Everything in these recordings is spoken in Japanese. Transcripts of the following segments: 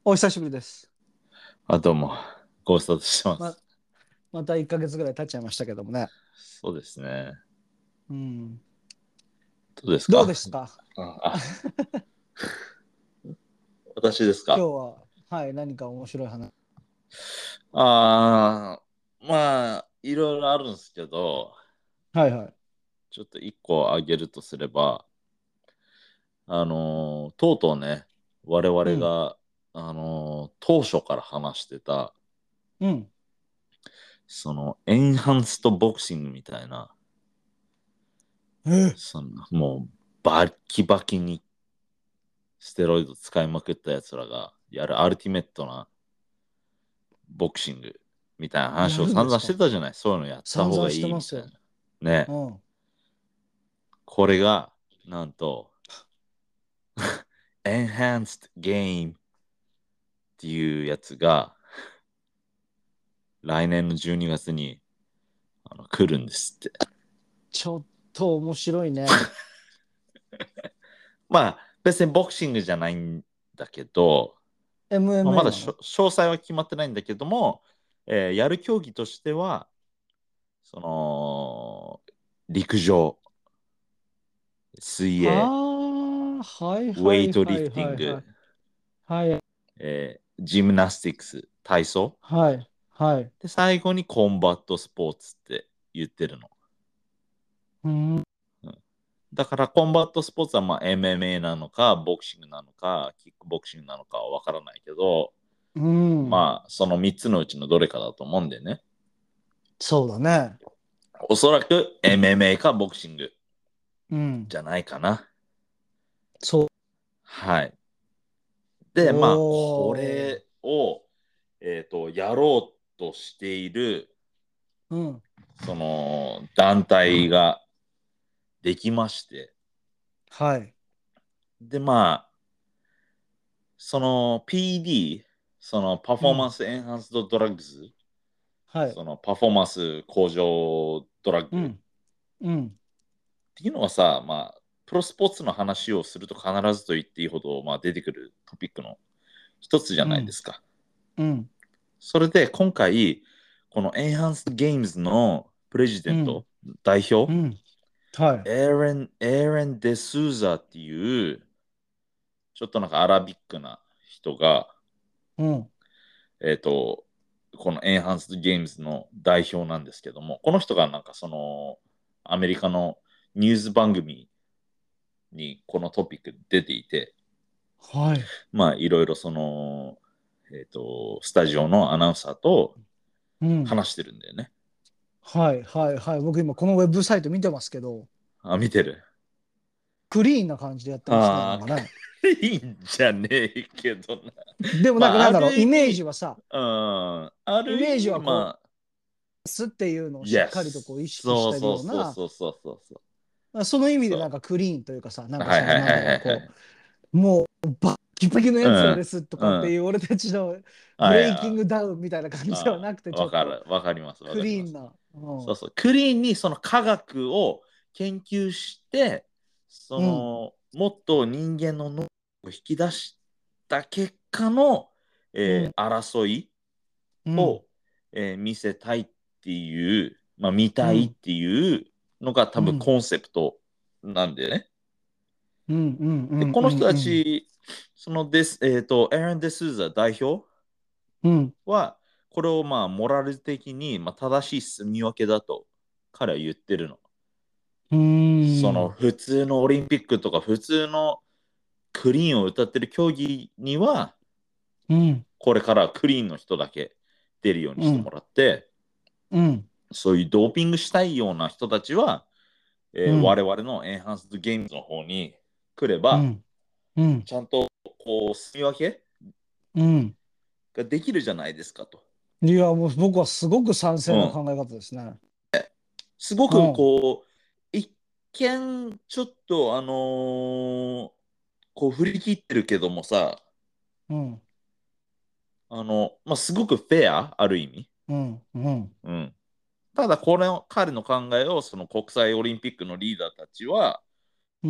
お久しぶりです。 あ、どうも、ご無沙汰してまま、 す。 また1ヶ月ぐらい経っちゃいましたけどもね。 そうですね。 うん。 どうですどうでか？ すか？ 私ですか？ 今日は、はい、何か面白い話。 まあ、いろいろあるんですけど、 はいはい。 ちょっと一個挙げるとすれば、とうとうね、我々 うん。 が、当初から話してた、 うん。 エンハンストボクシングみたいな、 え、 もう、バッキバキにステロイド使いまくったやつらがやるアルティメットなボクシングみたいな話やを散々してるんですか？ たじゃない。そういうのやった方が散々しいいみたいな。 てますよ。 ね。 うん。 これが、なんと、Enhanced Game っていうやつが、来年の12月に来るんですって。 ちょっと面白いね。 まあ、別にボクシングじゃないんだけど、まあ、ま MMA だなの？ 詳細は決まってないんだけども、やる競技としては、その、陸上、水泳、 はあ、はいウェはいイトリフはいはいはい。 ティング、 はいジムナスティックス、体操。 はいはい。 で、最後にコンバットスポーツって言ってるの。 うん。 うん、だからコンバットスポーツはまあ MMA なのか、ボクシングなのか、キックボクシングなのかはわからないけど、 うん。 まあその3つのうちのどれかだと思うんでね。 そうだね。 おそらく MMA かボクシングうん。 じゃないかな。 そう。 はい。で、まあこおー。 れを、やろうとしているうん。 その団体ができまして、 はい。 で、まあ、その PD、そのパフォーマンうん。 スエンハンスドドラッグズ、 はい。 そのパフォーマンス向上ドラッグっうん。うん。 ていうのはさ、まあ、プロスポーツの話をすると必ずと言っていいほど、まあ、出てくるトピックの一つじゃうん。 ないですか。 うん。 それで今回、このエンハンスドゲームズのプレジデうん。 ント、代表、 うん。はい。 エレン・デ・スーザっていう、ちょっとなんかアラビックな人が、 うん。 えっと、このエンハンスドゲームズの代表なんですけども、この人がなんかアメリカのニュース番組にこのトピック出ていて、 はい。 まあいろいろスタジオのアナウンサーとうん。 話してるんだよね。 はい。はい。はい。僕今このウェブサイト見てますけど、 あ、見てる。 クリーンな感じでやってますね、なんああ、 かね。 いいんじゃねえけどな。 でもなんかまあ、あなんだろう、イメージる意味、 はさ、 うん、あイメージる意味、 はこまあ、 う、すっていうのをしっかりとこう意 Yes。 識してるそうそうような、 そうそうそうそうそう。 その意味でなんそかクリーンというかさ、なんう。 かそのはいはいはいなんだろう、こはいはい。 う、もうバッキバキのやつらでうん。 すとうん。 かっていう俺たちのブはいレイキンあグダウンみたいな感じではなくて、ちょっとわかる。わかります。わかります。 クリーンな。うん。 そうそう。クリーンにその科学を研究して、 うん。 もっと人間の脳を引き出した結果の、 うん。 争いうん。 を、見せたいっていう、まあ、見うん。 たいっていうのが多うん。 分コンセプトなんでね。 うん。うん。うで、 ん。うん。 この人たうん。 ち、エレン・デ・スーザ代表うん。 は、これをまあ、モラル的に、まあ、正しい住み分けだと彼は言ってるの。 うーん。 普通のオリンピックとか普通のクリーンを歌ってる競技には、 うん。 これからクリーンの人だけ出るようにうん。 してもらって、 うん。 そういうドーピングしたいような人たちは、 うん。 我々のエンハンスドゲームズの方に来れば、 うん。うん。 ちゃんとこう、住み分けうん。 ができるじゃないですかと。 いや、もう僕はすごく賛うん。 成な考え方ですね。 すごくうん。 こう、一見ちょっとこう振り切ってるけどもさ、 うん。 まあ、すごくフェア、ある意味。 うん。うん。 うん。ただ、彼の考えをその国際オリンピックのリーダーたちは、 うん。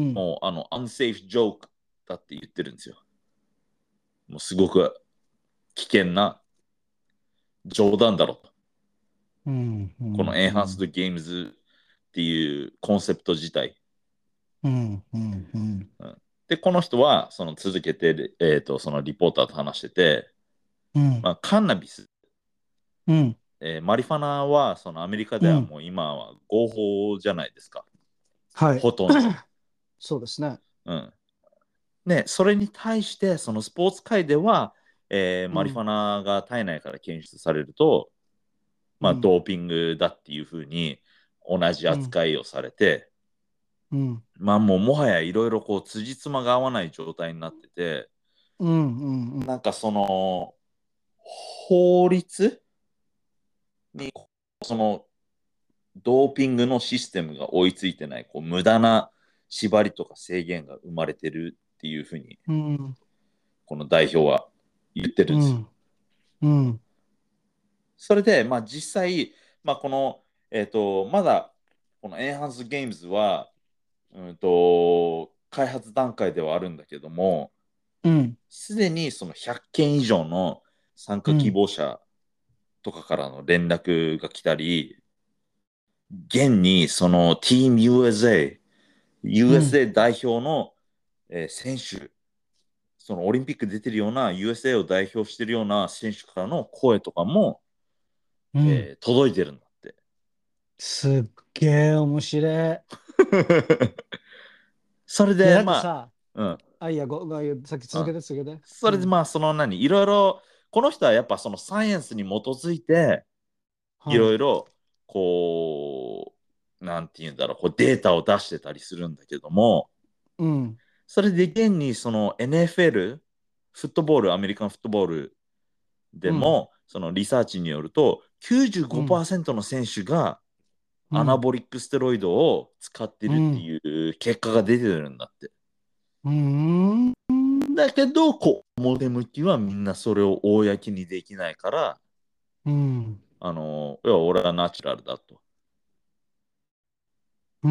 もう、unsafe joke だって言ってるんですよ。もうすごく。 危険な冗談だろと。 うんうこのんエンハンスドゲームズっていうコンセプト自体。 うんうんうんうん、で、この人はその続けて、そのリポーターと話してて、 うんまあ、カンナビス、 うんマリファナはそのアメリカではうん。 もう今は合法じゃないですか。 はい。 ほとんど。 そうですね。 うん。ね、それに対してそのスポーツ界では、マリファうんナが体内から検出されると、まあ、 うんドーピングだっていうふうに同じうん扱いをされて、 うんまあもうもはやいろいろこう辻褄が合わない状態になってて、 うんうんうんなんかその法律にそのドーピングのシステムが追いついてない、こう無駄な縛りとか制限が生まれてるっていうふうに、 うんこの代表は言ってるんですよ。 うんうんそれで、まあ実際、まあこの、まだこのエンハンスゲームズは、開発段階ではあるんだけども、 うんすでにその100件以上の参加希うん望者とかからの連絡が来たり、現にその Team USA、 うん USA 代表の、選手、そのオリンピック出てるような USA を代表してるような選手からの声とかも、 うん届いてるんだって。 すっげえ面白い。 それいや、 でまあ、 だってさ、 うん、 いや、さっきうん。 続けて続けて。うん。 それでまあ、その何、いろいろ、この人はやっぱそのサイエンスに基づいて、いはい。 ろいろ、こなんて言うんだろう、こうデータを出してたりするんだけども、 うん。 それで現にその NFL、フットボール、アメリカンフットボールでうん。 も、そのリサーチによると、 うん。 95%の選手がアナうん。 ボリックステロイドを使ってるってうん。 いう結果が出てるんだって。 うん。 だけど、表向きはみんなそれを公にできないから、 うん。 要は俺はナチュラルだと、 うん。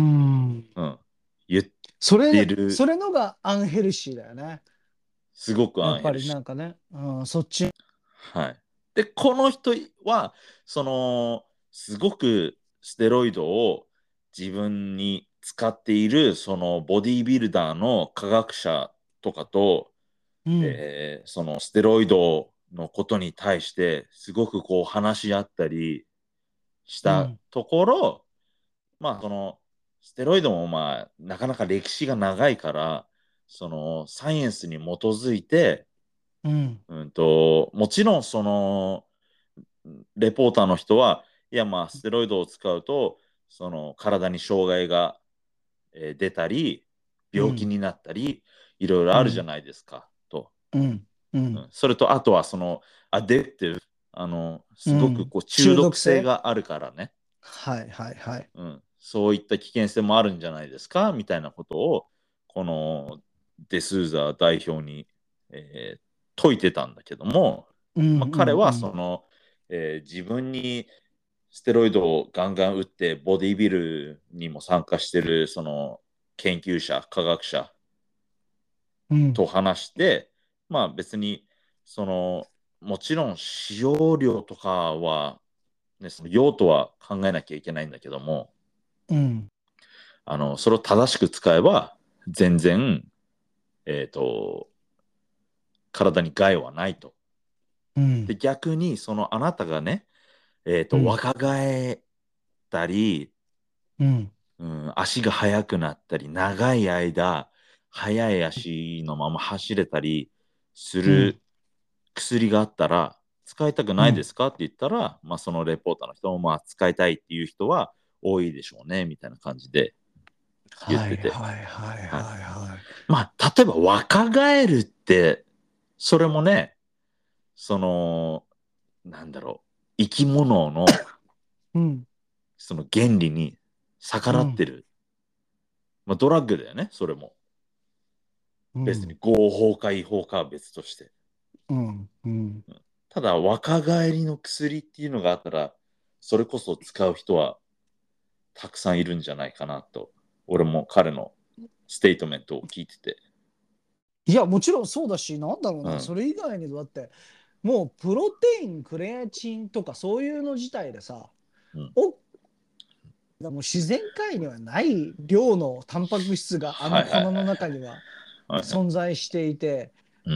うん、言っそれ、 てる、 それのがアンヘルシーだよね。 すごくやっぱりアンヘルシなんかね。うん、そっち。 ー。はい。で、この人は、すごくステロイドを自分に使っている、そのボディービルダーの科学者とかと、 うん。 そのステロイドのことに対してすごくこう話し合ったりしたうん。 ところ、まあそのステロイドもまあなかなか歴史が長いから、そのサイエンスに基づいて、 うん。 もちろんそのレポーターの人は、いやまあステロイドを使うとその体に障害が出たり病気うん。 になったりいろいろうん。 あるじゃないですかと。 うん。うん。 それと、あとはその、アデプティブ、すごくうん。 こう中中毒毒性。 性があるからね、 はいはいはい。 そういった危険性もあるんじゃないですかみたいなことを、このデスーザ代表に、説いてたんだけども、 うんまあ、彼はそうんの、自分にステロイドをガンガン打ってボディビルにも参加してるその研究者、科学者うん。うん。 と話して、まあ別に、その、もちろん使用量とかは、ね、その用途は考えなきゃいけないんだけども、 うん。 それを正しく使えば、全然、えっと、体に害はないと。で、 うん。 逆に、そのあなたがね、 うん。 若返ったり、 うん。 足が速くなったり、長い間、速い足のまま走れたりすうん。 る薬があったら、使いたくないでうん。 すかって言ったら、まあ、そのレポーターの人も、まあ、使いたいっていう人は多いでしょうね、みたいな感じで言っはいてて。 はいはいはい。 はいはい。 まあ、例えば若返るって、それもね、その、なんだろう、生き物のうん。 その原理に逆うん。 らってる。まあ、ドラッグだよね、それも。別にうん。 合法か違法かは別として。 うん。うん。 ただ、若返りの薬っていうのがあったら、それこそ使う人はたくさんいるんじゃないかなと、俺も彼のステートメントを聞いてて。 いや、もちろんそうだし、なんだろうな。 うん。 それ以外にだって、 もうプロテイン、クレアチンとかそういうの自体でさ、 うん。 もう自然界にはない量のタンパク質があの粉のはいはいはい中にははいはい。 存在していて、 うん。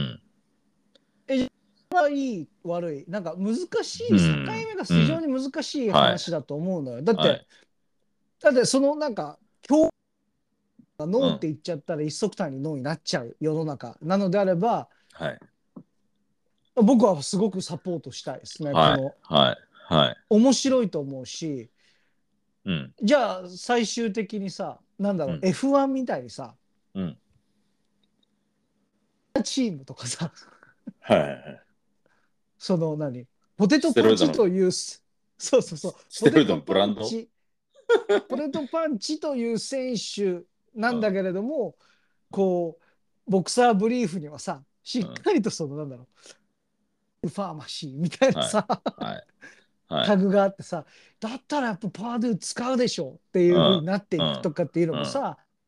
いい悪い、なんか難しい、境うん。 目が非常うん。 に難しいはい。 話だと思うのよ。だって、 はい。 そのなんか、今日がノーってうん。 言っちゃったら一足単にノーになっちゃう世の中なのであれば、 はい。 僕はすごくサポートしたいですね。こはい。 の、 はい。はい。 面白いと思うし、 うん。 じゃあ最終的にさ、なんだろう、 うん。 F1 みたいにさ、 うん。 チームとかさ、 はいはいはい。 そのポテトパンステロイドの、 チという、そうそうそう、 ステロイドのブポテトパランド。 ンチ、ポテトパンチという選手なうん。 んだけれども、こう、ボクサーブリーフにはさ、しうん。 っかりとその、ファーマシーみたいなはい。 さ、 はい。はい。 タグがあってさ、だったらやっぱパードゥ使うでしょっていう風にうん。 なっていくうん。 とかっていうのうん。 もさ、 うん。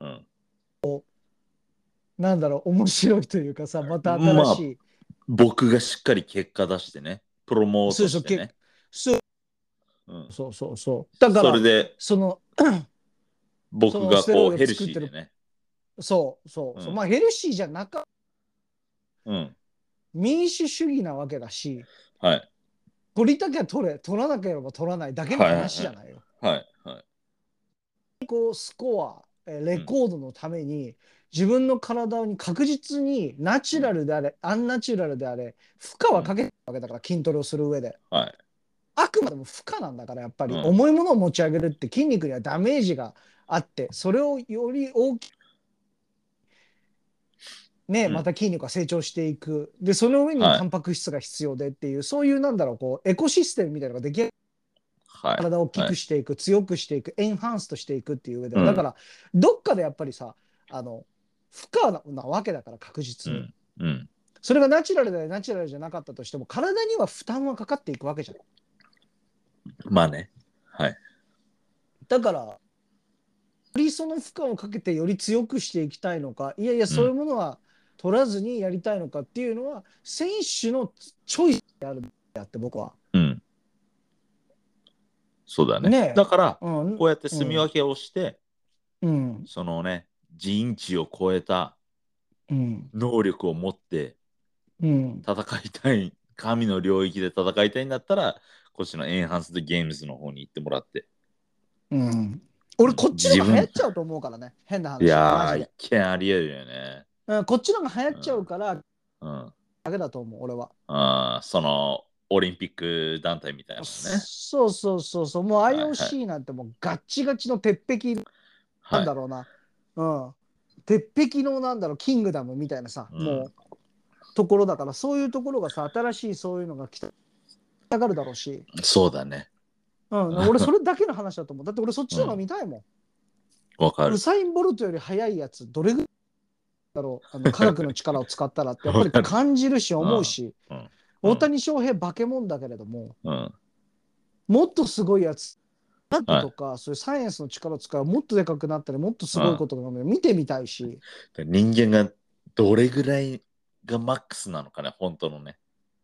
面白いというかさ、また新まあ、 し僕がしっかり結果出してね、プロモい、 ーそうそう、 トしてね。 そううん。 そうそうそう。だから、 それで、 その、そ僕のステロイドがこうヘル作ってる、 シーでね。 そうそうそう、 うん。 まあヘルシーじゃなか、 うん。 民主主義なわけだし、 はい。 取りたきゃ取れ、取らなければ取らないだけのはいはい話じゃないよ。 はい。はいはい。 こうスコア、レうん。 コードのために自分の体に確実にナチュラうん。 ルであれ、アンナチュラルであれ、負荷うん。 はかけてるわけだから筋トレをする上で。 はい。 あくまでも負荷なんだからやっぱりうん。 重いものを持ち上げるって筋肉にはダメージがあってそれをより大きくねうん。 また筋肉が成長していくでその上にはい。 タンパク質が必要でっていうそういうこうエコシステムみたいなのが出来上がるはい。 体を大きはい。 くしていく強くしていくエンハンスとしていくっていう上でうん。 はだからどっかでやっぱりさあの負荷なわけだから確実にうん。うん。 それがナチュラルでナチュラルじゃなかったとしても体には負担はかかっていくわけじゃん。 まあね。はい。 だからよりその負荷をかけてより強くしていきたいのかいやいやそういううん。 ものは取らずにやりたいのかっていうのは選手のチョイスであるって僕はうん。そうだね。だねから、 えうんこうやってうん住み分けをして、 うんそのね、人知を超えたうん能力を持ってうん戦いたい、神の領域で戦いたいんだったら、こっちのエンハンスドゲームズの方に行ってもらって。 うんうん、 俺こっちの自分、 方が流行っちゃうと思うからね変ない話マやー、一ジで、 見ありえるよね。 こっちの方が流行っちゃううん。 からうん。 だけだと思う俺は。 その、オリンピック団体みたいなもんね。 そうそうそうそうもうはいはい。 IOC なんてもうガッチガチの鉄壁なはい。 んだろうなうん鉄壁のキングダムみたいなさうん。 もうところだからそういうところがさ新しいそういうのが来たがるだろうし、 そうだね。 うん、俺それだけの話だと思う。だって俺そっちの方がうん。 見たいもん。 わかる。 ウサイン・ボルトより速いやつどれぐらいだろう科学の力を使ったらってやっぱりわかる。 感じるしうん。 思うしうん。う大ん。 谷翔平化け物だけれどもうん。 もっとすごいやつ科学はい。 とかそういうサイエンスの力を使うもっとでかくなったりもっとすごいうん。 ことが見てみたいし、 人間がどれぐらいがマックスなのかね、本当のね。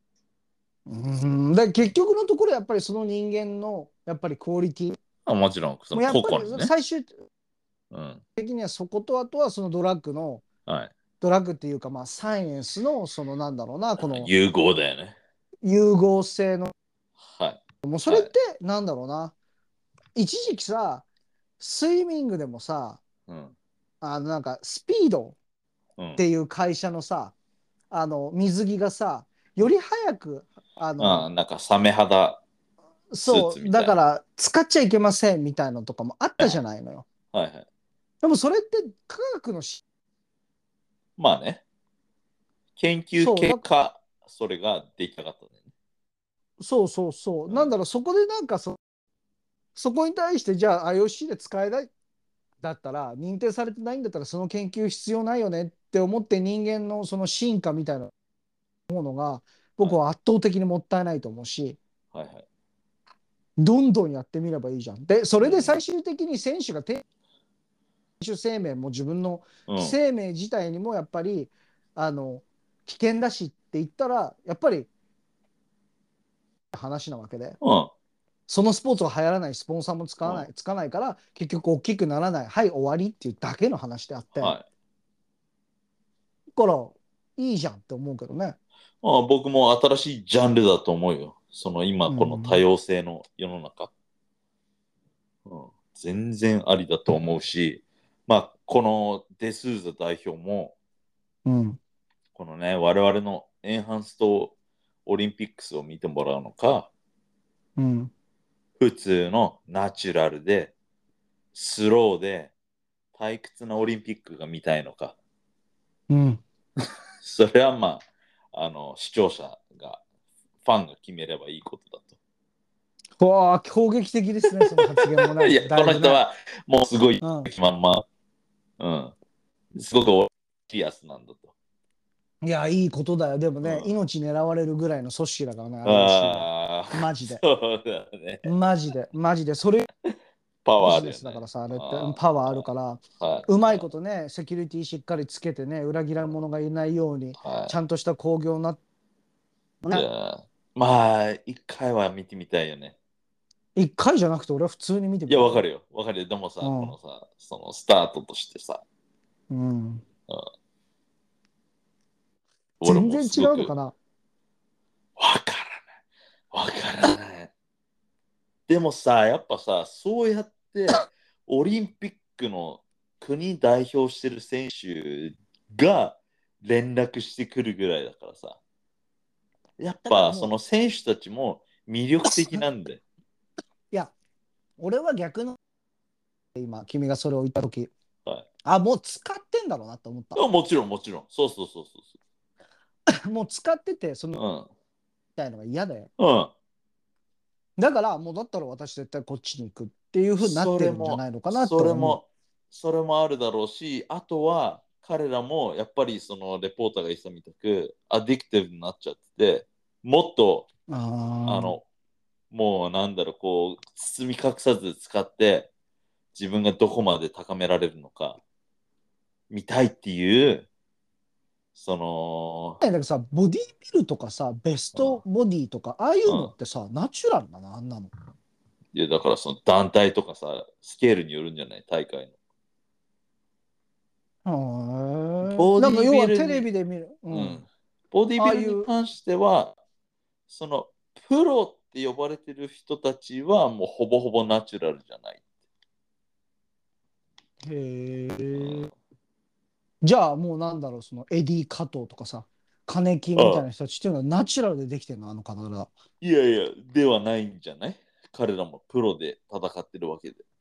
だ結局のところやっぱりその人間のやっぱりクオリティもちろん、そのもうやっぱり個々にね。 最終うん。 的にはそことあとはそのはい。 ドラッグっていうかまあサイエンスのそのこの融合だよね。 融合性のはい。 もうそれってはい。 一時期さスイミングでもさうん。 スピードっうん。 ていう会社のさ水着がさより早くあのなんかサメ肌スーそうだかツみたいな。 ら使っちゃいけませんみたいなのとかもあったじゃないのよ。 はいはい。 でもそれって科学のまあね。研究そう結果、それが出来上がったんだよね。 そうそうそううん。 そこでそこに対してじゃあ IOC で使えないだったら認定されてないんだったらその研究必要ないよねって思って人間のその進化みたいなものが僕はい。 は圧倒的にもったいないと思うしはいはい。 どんどんやってみればいいじゃん。でそれでうん。 最終的に選手が選手生命も自分のうん。 生命自体にもやっぱりあの危険だしって言ったらやっぱり話なわけで、 うん。 そのスポーツが流行らない、スポンサーもうん。 つかないから結局大きくならない、はい終わりっていうだけの話であって、だはい。 からいいじゃんって思うけどね。 まあ、僕も新しいジャンルだと思うよ。今うこの多ん様性の世の中。うん。全然ありだと思うし、まあ、このデスーザ代表も、 うんこのね、我々のエンハンストオリンピックスを見てもらうのか、 うん普通のナチュラルで、スローで、退屈なオリンピックが見たいのか。 うん。 それはまあ、視聴者が、ファンが決めればいいことだうわあ、攻撃的ですね、その発言もと。いね、 や、こだいぶね。 の人はもうすごいうん。 まんま、うん、すごくシリアスなんだと。 いや、いいことだよ。でもね、 うん。 命狙われるぐらいの組織だからね、IOC は。 ああ、 マジで。 そうだね。 マジで。マジで。それパビジネワーあるよね。 スだからさ、あれって。 あパワーあるかあ、 ら、 はい、 うまいはい、 ことね、セキュリティしっかりつけてね、裏切らん者がいないように、ちゃはんとした興行になってい。いね。 や、まあ、一回は見てみたいよね。 一回じゃなくて、俺は普通に見ていや、 みたいよ。 わかるよ。わかるよ。でもさ、こうん。 のさ、そのスタートとしてさ、 うん。 うん、俺も全然違すごくうのかな。 わからない。わからない。でもさ、やっぱさ、そうやってオリンピックの国代表してる選手が連絡してくるぐらいだからさ、やっぱそだからもの選手たちも魅力的う、 なんで。 いや、俺は逆の、今、君がそれを言ったとき、 はい。 あ、もう使ってんだろうなって思った。 いやもちろん、もちろん。そうそうそうそもう使ってて、みう。 たいのが嫌で。 うん。うん。 だから、もうだったら私絶対こっちに行くっていう風になってるんじゃないのかなって思それもあるだろうし、あとは彼らもやっぱりそのレポーターが言ってたみたく、アディクティブになっちゃってて、もっと、 う。ああの、もうなんだろう、こう、包み隠さず使って自分がどこまで高められるのか見たいっていう、その、 あ。だけどさ、ボディービルとかさ、ベスうん、 トボディとか、ああいうのっうん。 てさ、ナチュラルなの、あんなの。 いや、だからその団体とかさ、スケールによるんじゃない大会の。 へえ。なんかボディ要はテレビルに、 ビで見る。うん。 うん。ボディビルああいう、 に関しては、その、プロって呼ばれてる人たちはもうほぼほぼナチュラルじゃない。 へうえ。 ん。 じゃあもうなんだろう、そのエディ・加藤とかさ、金金みたいあ、 な人たちっていうのはナチュラルでできてるの、あの体。 いやいや、ではないんじゃない。彼らもプロで戦ってるわけで。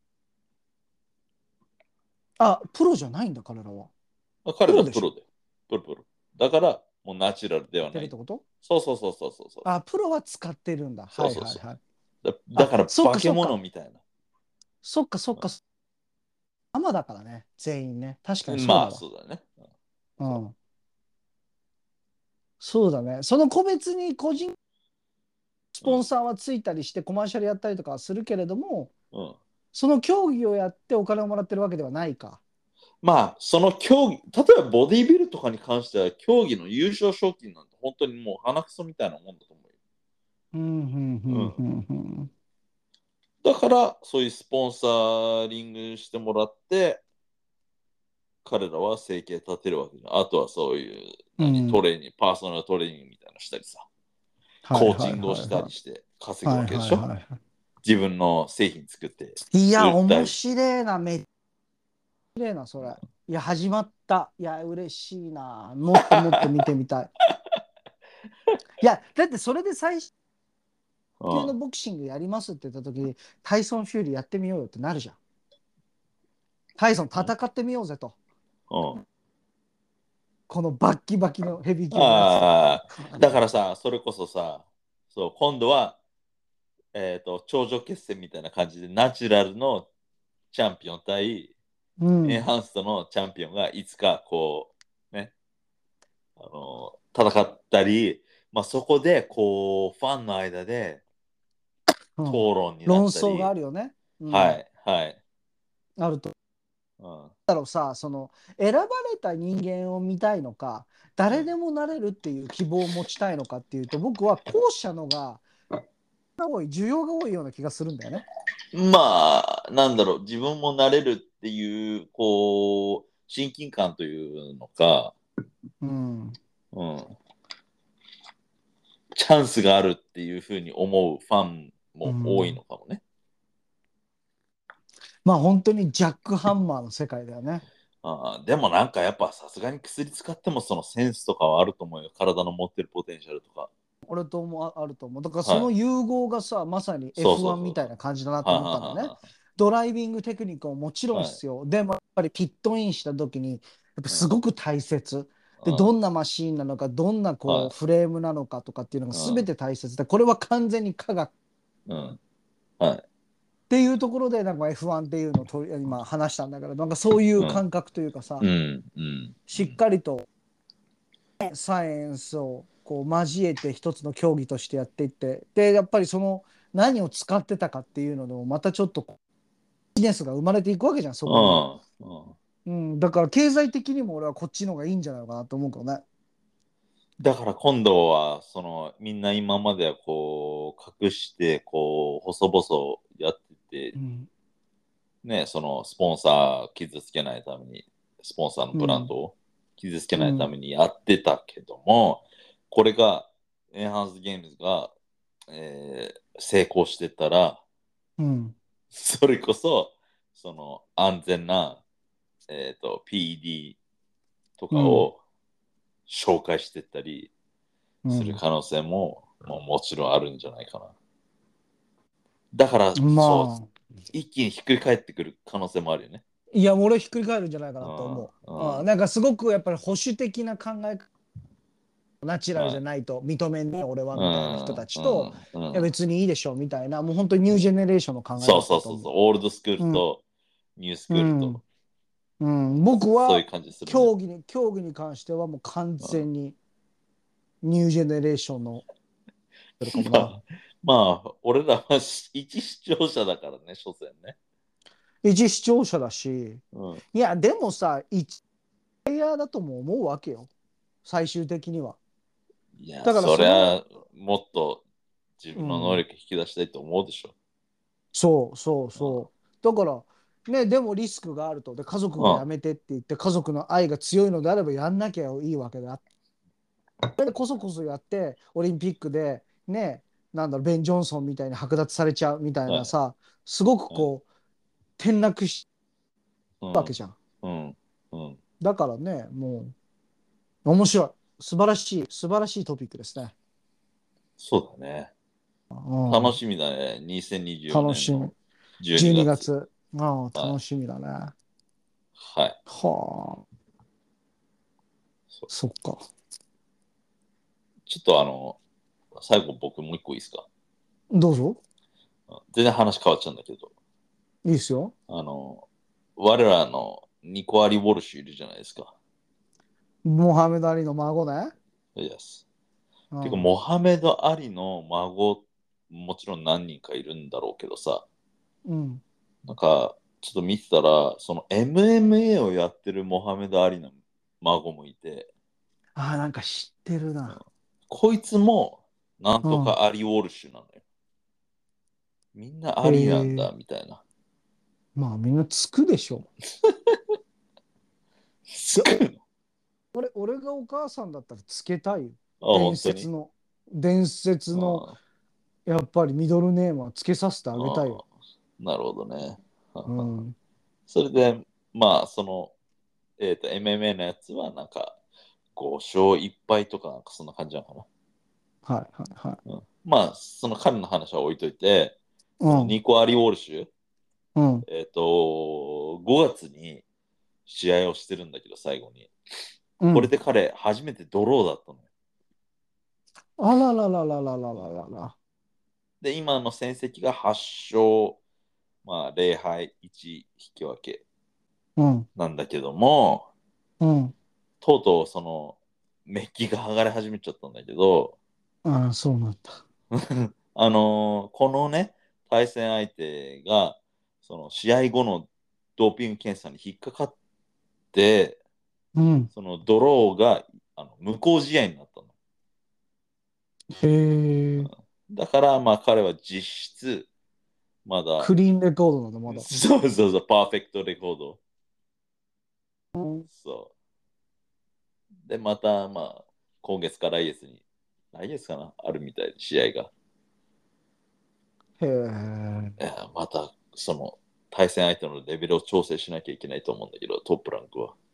あ、プロじゃないんだ、彼らは。 彼プロでしょ。 らプロで。プロ。だから、もうナチュラルでやっはない。 てるってこと？ そうそうそうそうそうそう。 あ、プロは使ってるんだ。はいそうそうそはいはい。 う。だあ、 からそっ化けかそっか。 物みたいな。 そっかそっか。生だからね、全員ね。確かにそうまあ、 だわ。 そうだね。そうん。そうだね。その個別に個人スう。うん。 ポンサーはついたりしてコマーシャルやったりとかはするけれども、 うん。 その競技をやってお金をもらってるわけではないか。 まあ、その競技、例えばボディビルとかに関しては、競技の優勝賞金なんて本当にもう鼻くそみたいなもんだと思うよ。 うん、うん、うん、 うん。 うん、うん。 だから、そういうスポンサーリングしてもらって、彼らは生計立てるわけじゃん。あとはそういう、トうん。 レーニング、パーソナルトレーニングみたいなのしたりさ、 はいはいコーチングをしたはいはりして稼い。 ぐはいはいわけでしょ。 はいは自分の製品作ってい。いや、 売った面り。 白いな、めっちゃ綺麗な、それ。 うん。 いや、始まった。いや、嬉しいな。もっともっと見てみたい。いや、だってそれで最級のボクシングやりますって言った時に、タイソン・フューリーやってみようよってなるじゃん。タイソンうん。 戦ってみようぜと。 うん。 このバッキバキのヘビー級のやつと。 ああ、だからさ、それこそさ、そう、今度は、頂上決戦みたいな感じで、ナチュラルのチャンピオン対エンうん。 ハンストのチャンピオンがいつかこう、ね、戦ったり、まあ、そこでこう、ファンの間でうん。 討論にな論争があったり、 るよね。うん。 はい、はい。 あると。 うん、 だろうさ、選ばれた人間を見たいのか、誰うん、 でもなれるっていう希望を持ちたいのかっていうと、僕は後者のが需要が多いような気がするんだよね。 まあ、なんだろう、自分もなれるっていう、こう、親近感というのか、 うん。 うん、チャンスがあるっていうふうに思うファンうも多いん。 のかもね。 まあ本当にジャックハンマーの世界だよね。 でもなんかやっぱさすがに薬使ってもそのセンスとかはあると思うよ。体の持ってるポテンシャルとか。 俺ともあると思う。だからそはい。 の融合がさ、まさにそうそ F1 うそうそみたいな感じだなう。 とはい思ったんだよね。 はドライビングテクニックももちろいはいはい。 ん必要。でもやっぱりピットインした時に、やっぱはい。 すごく大切。で、 うん。うん。 どんなマシーンなのか、どんなこうはフレームなのかとかっていうのがい。うん。 全て大切で、これは完全に科学っうん。はい。 ていうところで、なんか F1 っていうのを今話したんだけど、なんかそういううん。 感覚というかさ、 うん。うん。うしっん。 かりとサイエンスをこう交えて一つの競技としてやっていって、で、やっぱりその何を使ってたかっていうのでもまたちょっとビジネスが生まれていくわけじゃん、そこには。 うん。 うん、だから経済的にも俺はこっちの方がいいんじゃないのかなと思うけどね。 だから今度は、その、みんな今まではこう、隠して、こう、細々やってて、 うん、 ね、その、スポンサー傷つけないために、スポンサーのブランうん、 ドを傷つけないたうん、 めにやってたけども、これが、エンハンスゲームズが、成功してたら、 うん、 それこそ、その、安全な、PD とうん、 かを紹介してったりするうん。 可能性も、もちろんあるんじゃないかな。だから、そう、 まあ、 一気にひっくり返ってくる可能性もあるよね。 いや、俺ひっくり返るんじゃないかうん、 なと思う。 うん、 なんかすごくやっぱり保守的な考え、ナチュラルじゃはい。 ないと認めんね、俺はうみたいな人ん、 たちと、 うん、ういやん。 別にいいでしょみたいな、もう本当にニュージェネレーションの考えそう方だと思そうそうそう。オールドスクールう。うん、 とニュースクうん。 ールと、 うん、僕はそういう感じするね。 競技に関してはもう完うん、 全にニュージェネレーションのやるかもまな。 あ、まあ、俺らは一視聴者だからね、所詮ね。 一視聴者だし、 うん。 いや、でもさ、一プレイヤーだとも思うわけよ。最終的には。 いや、 だからそりゃ、 その、 もっと自分の能うん、 力引き出したいと思うでしょ。 そうそううん。 そう。だから、ね、でもリスクがあると。で、家族うん。 がやめてって言って、家族の愛が強いのであればやんなきゃいいわけだ。で、こそこそやって、オリンピックで、ね、なんだろう、ベン・ジョンソンみたいに剥奪されちゃうみたいはい。 なさ、すごくはい。 こう、転落しうん。 たわけじゃん。 うん。うん。 だからね、もう、面白い。素晴らしいトピックですね。 そうだね。楽うん、 しみだね。2024 楽しみ。 年の12 12 月。 月。ああ、 はい。 楽しみだね。 はい。 はあ、 そう。 そっか。 ちょっと最後僕もう一個いいですか？ どうぞ。 全然話変わっちゃうんだけど、 いいっすよ。 あの、我らのニコアリ・ウォルシュいるじゃないですか。 モハメド・アリの孫ね。 Yes。てか、 うん。 モハメド・アリの孫、もちろん何人かいるんだろうけどさ、 うん。 なんか、ちょっと見てたら、その MMA をやってるモハメド・アリの孫もいて、 ああ、なんか知ってるうん、 な。 こいつも、なんとうん。 かアリ・ウォルシュなのよ。みんなへアリなんだ、 え。 みたいな。 まあ、みんなつくでしょ。で、 つくの？ 俺がお母さんだったらつけたいよ。 あ、 伝本当に？ 説の、伝説の、 あやっぱりミドルネームはつけさせてあげたいよ。 あ、なるほどね。はは。 うん。 それで、まあ、その、MMA のやつは、なんか、5勝1敗とか、なんかそんな感じなのかな。 はいはいはい。 うん、まあ、その彼の話は置いといて、そのうん。 ニコ・アリ・ウォルシュ、 うん。 5月に試合をしてるんだけど、最後に。これうん。 で彼、初めてドローだったのよ。 あららららららららら。 で、今の戦績が8勝、まあ、0敗1引き分けうん。 なんだけども、 うん。 とうとうその、メッキが剥がれ始めちゃったんだけど、 ああ、そうなんだ。 このね、対戦相手が、その試合後のドーピング検査に引っかかって、 うん。 そのドローが無効試合になったの。 へえ。 だからまあ彼は実質まだ、 クリーンレコードなんだ、まだ。 そうそうそう、パーフェクトレコード。 うん、 そう。で、またまあ今月か来月に、来月かな、あるみたい、試合が。 へえ。 いやまたその対戦相手のレベルを調整しなきゃいけないと思うんだけど、トップランクは。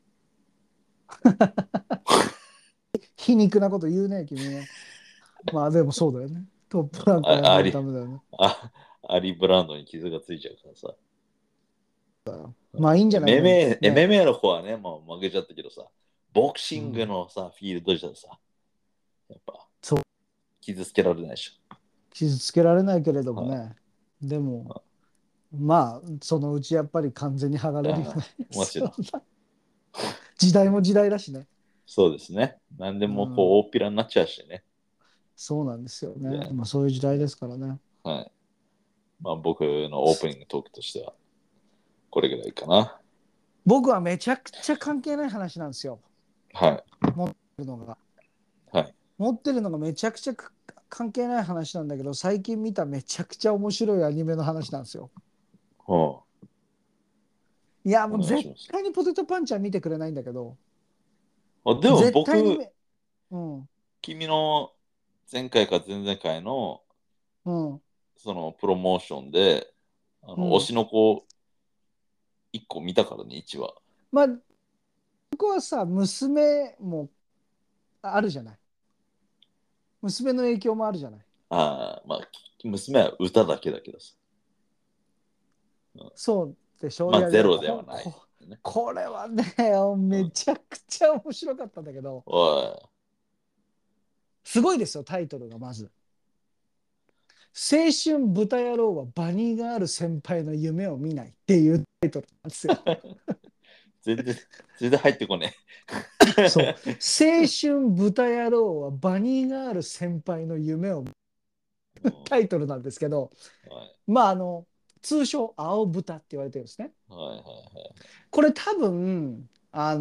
皮肉なこと言うね、君は。まあでもそうだよね。トップランクはやんないとあダメだよね。 あアリ・ブランドに傷がついちゃうからさ。 まあいいんじゃないのね。 MMA の方はね、もう負けちゃったけどさ、ボクシングうん。 のさ、フィールドじゃさ、やっぱそう。 傷つけられないでし傷つけられないけれどょ。はい。 もね。でも、まあ、そのうちやっぱり完全に剥がれるよね。 もちろん。 時代も時代だしね。 そうですね。何でうもこうん。 大っぴらになっちゃうしね。 そうなんですよね。 で、 まあそういう時代ですからね。 はい。まあ僕のオープニングトークとしてはこれぐらいかな。 僕はめちゃくちゃ関係ない話なんですよ。 はい。 持ってるのが。 はい。 持ってるのがめちゃくちゃ関係ない話なんだけど、最近見ためちゃくちゃ面白いアニメの話なんですよ。 ほいや、 う、おもう絶願いします。 対にポテトパンチは見てくれないんだけど、 あ、でも絶対に僕、 うん、 君の前回か前々回のうん、 そのプロモーションで、推うん。 しの子1個見たからね、1話。 まあ、ここはさ、娘もあるじゃない。娘の影響もあるじゃない。 ああ、まあ、娘は歌だけだけどさ。うん、 そうでしょ。いまあ、 やいや、 ゼロではない。ね、 これはね、めうん、 ちゃくちゃ面白かったんだけど、 おすごいですよ、タイトルがまず。青春豚野郎はバニーがある先輩の夢を見ないっていうタイトルなんですよ。 い。全然、全然入ってこねそう。青え。 春豚野郎はバニーがある先輩の夢を見うん、 るタイトルなんですけど、 はい、 まあ通称青豚って言われてるんですね。 はい、はい、はい。 これ多分、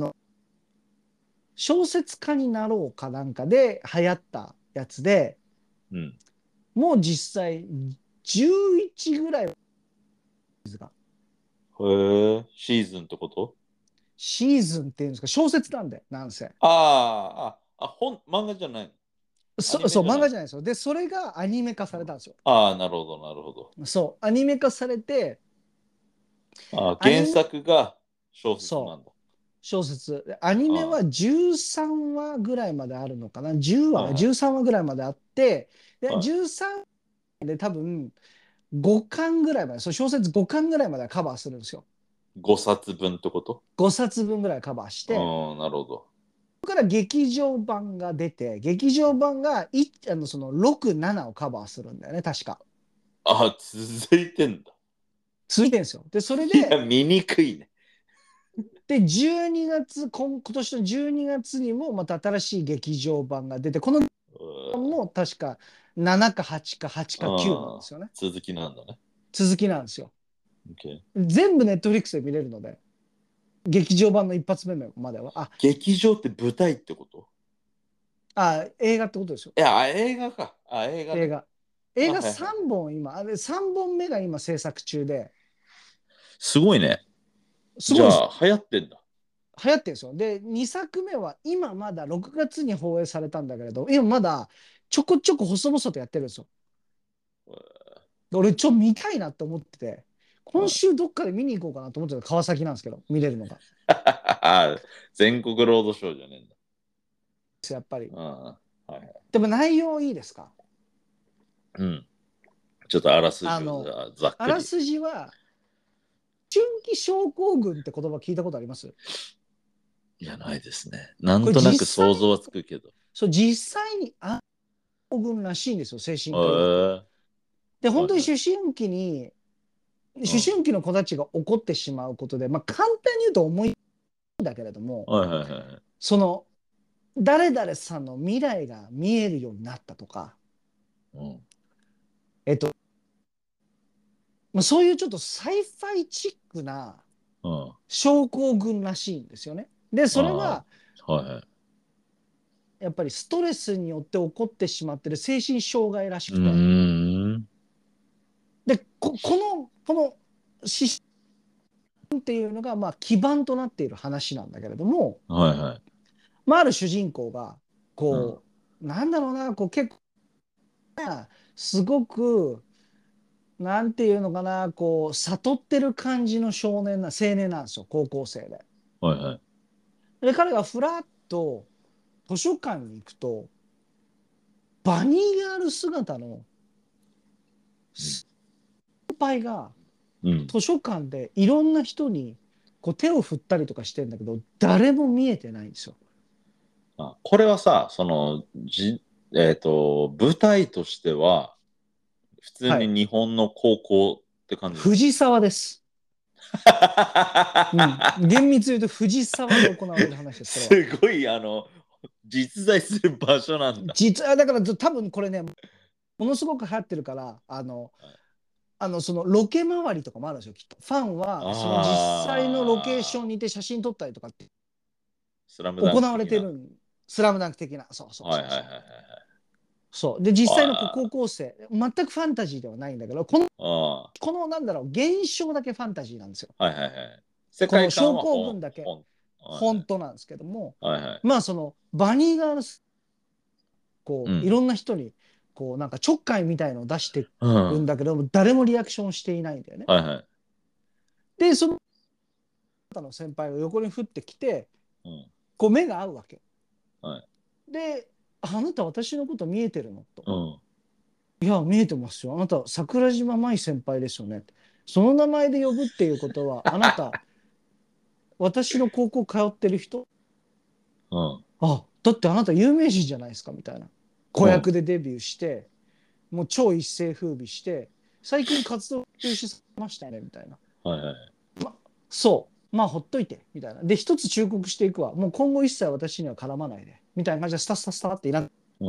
小説家になろうかなんかで流行ったやつで、 うん。 もう実際11ぐらいがへえ、シーズンってこと？ シーズンっていうんですか、小説なんで、なんせ。 漫画じゃないの？アニそう、 メじゃないの？ 漫画じゃないですよ。で、それがアニメ化されたんですよ。 ああー、なるほど、なるほど。 そう、アニメ化されて、 ああ、原アニメ、 作が小説なそう、 んだ。 小説。アニメはあ 13話ぐらいまであるのかな？ 10 あ、は話、 い、はい、 13話ぐらいまであって、で、 は 13で多分5巻ぐらいまで、そう、小説5巻ぐらいまではカバーするんですよ。 い。5冊分ってこと？ 5冊分ぐらいカバーして、 うん、なるほど。 そこから劇場版が出て、劇場版がその6、7をカバーするんだよね、確か。 あ、続いてんだ。 続いてるんですよ。で、それいや、 で、 見にくいね。 12月、今年の12月にもまた新しい劇場版が出て、このも確か7か8か8か9なんですよね。 続きなんだね。 続きなんですよ。 OK。 全部ネットフリックスで見れるので、劇場版の一発目までは。 劇場って舞台ってこと？ 映画ってことですよ。 いや、映画か。映画ね。 映画。映画はいはい。 3本今、3本目が今制作中で、 すごいね。 すごいです。 じゃあ、流行ってんだ。 流行ってるんですよ。で、2作目は今まだ6月に放映されたんだけれど、今まだちょこちょこ細々とやってるんですよ。俺見たいなって思ってて、今はい。 週どっかで見に行こうかなと思ってた川崎なんですけど、見れるのが。 全国ロードショーじゃねえんだ。 やっぱり。 うん。はいはい。 でも内容いいですか？ うん。ちょっとあらすじをあの、 ざっあらくり。 すじは、春季症候群って言葉聞いたことあります？ いや、ないですね。なんこれとなく実際、 想像はつくけど。 そう、実際に症候群らしいんですよ、精え神科曰く。 ー、 で、本当にはいはい。 思うん。 春期の子たちが起こってしまうことで、まあ簡単に言うと重いんだけれども、 はいはいはい。 その、誰々さんの未来が見えるようになったとか、 うん。 えっと、まあ、そういうちょっとサイファイチックなうん。 症候群らしいんですよね。で、それあが、 あ、はいはい。 やっぱりストレスによって起こってしまってる精神障害らしうくて、 ーん。 で、この思春っていうのが、まあ、基盤となっている話なんだけれども、 はいはい。 まあ、ある主人公が、 うん。 なんだろうな、結構、すごく、なんていうのかな、悟ってる感じの青年なんですよ、高校生で。 はいはい。 で、彼がふらっと図書館に行くと、バニーガール姿のうん。 先輩がうん。 図書館でいろんな人に手を振ったりとかしてんだけど、誰も見えてないんですよ。 あ、これはさ、その、舞台としては、普通にはい。 日本の高校って感じなの？ 藤沢です。うん。厳密に言うと藤沢で行われる話です、これは。 すごい、実在する場所なんだ。 実は、だから多分これね、ものすごく流行ってるから、そのロケ周りとかもあるんですよ、きっと。ファンは、その実際のロケーションああ、 にいて写真撮ったりとかってスラムダン行われク的な。 てるスラムダンク的な。そうそうはいはいはいはいそうそう。そう。で、実際の高はい。 校生、全くファンタジーではないんだけど、このなんだろう、現象だけファンタジーなんですよ。 はいはいはい。世この界観症候は群だけはい本当なんですけども、 はいはい。 まあそのバニーガールス、いうん。 ろんな人に、なんかちょっかいみたいのを出してうん。 るんだけども、誰もリアクションしていないんだよね。 はいはい。 で、その方の先輩が横に降ってきて、 うん。 目が合うわけ。 はい。 で、あなた私のこと見えてるのと。 うん。 いや、見えてますよ。あなた桜島舞先輩ですよね。その名前で呼ぶっていうことは、あなた、私の高校通ってる人、 うん。 だってあなた有名人じゃないですかみたいな。子うん。 役でデビューして、もう超一世風靡して、最近活動休止されましたねみたいな。 はいはい。 そう。まあほっといて、みたいな。で、一つ忠告していくわ。もう今後一切私には絡まないで。みたいな感じでスタスタスタっていなくて、 うん。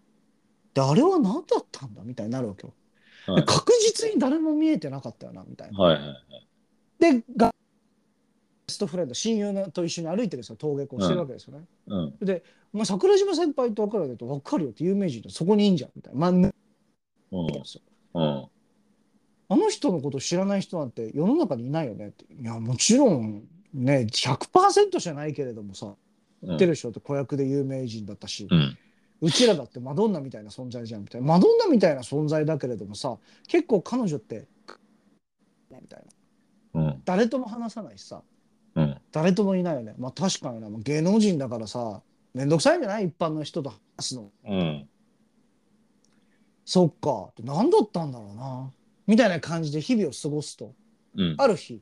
あれは何だったんだみたいになるわけよ。 はい。 確実に誰も見えてなかったよな、みたいな。 はいはい。 で、ベストフレンド、親友のと一緒に歩いてるんですよ。登下校してるわうん。 けですよね。 うん。 で、まあ、桜島先輩って分かるけど、分かるよって有名人でそこにいいんじゃんみたいな。まあ、抜うん。 けですよ。 うん。 あの人のこと知らない人なんて世の中にいないよねって。いや、もちろんね、100%じゃないけれどもさ、知ってるうん。 人って子役で有名人だったし、 うん。 うちらだってマドンナみたいな存在じゃんみたいな。マドンナみたいな存在だけれどもさ、結構彼女ってみたいな。 うん。 誰とも話さないしさ、 うん。 誰ともいないよね。まあ確かにな、芸能人だからさ、めんどくさいんじゃない一般の人と話すの。 うん。 そっか。何だったんだろうな。みたいな感じで日々を過ごすと、 うん。 ある日、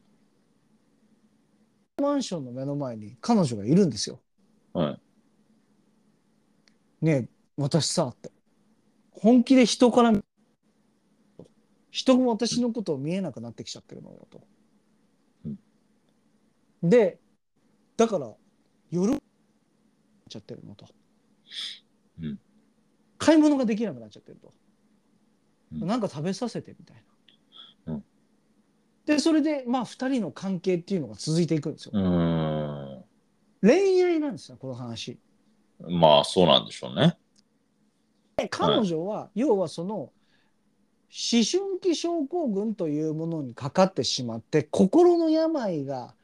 マンションの目の前に彼女がいるんですよ。 はい。 ねえ、私さ、って。本気で人も私のことを見えなくなってきちゃってるのよと。 うん。 で、だから、夜になっちゃってるのと。 うん。 買い物ができなくなっちゃってると。 うん。 なんか食べさせてみたいな。 うん。 で、それで、まあ、二人の関係っていうのが続いていくんですよ。 うーん。 恋愛なんですよ、この話。 まあ、そうなんでしょうね。 ではい。 彼女は、要はその、思春期症候群というものにかかってしまって、心の病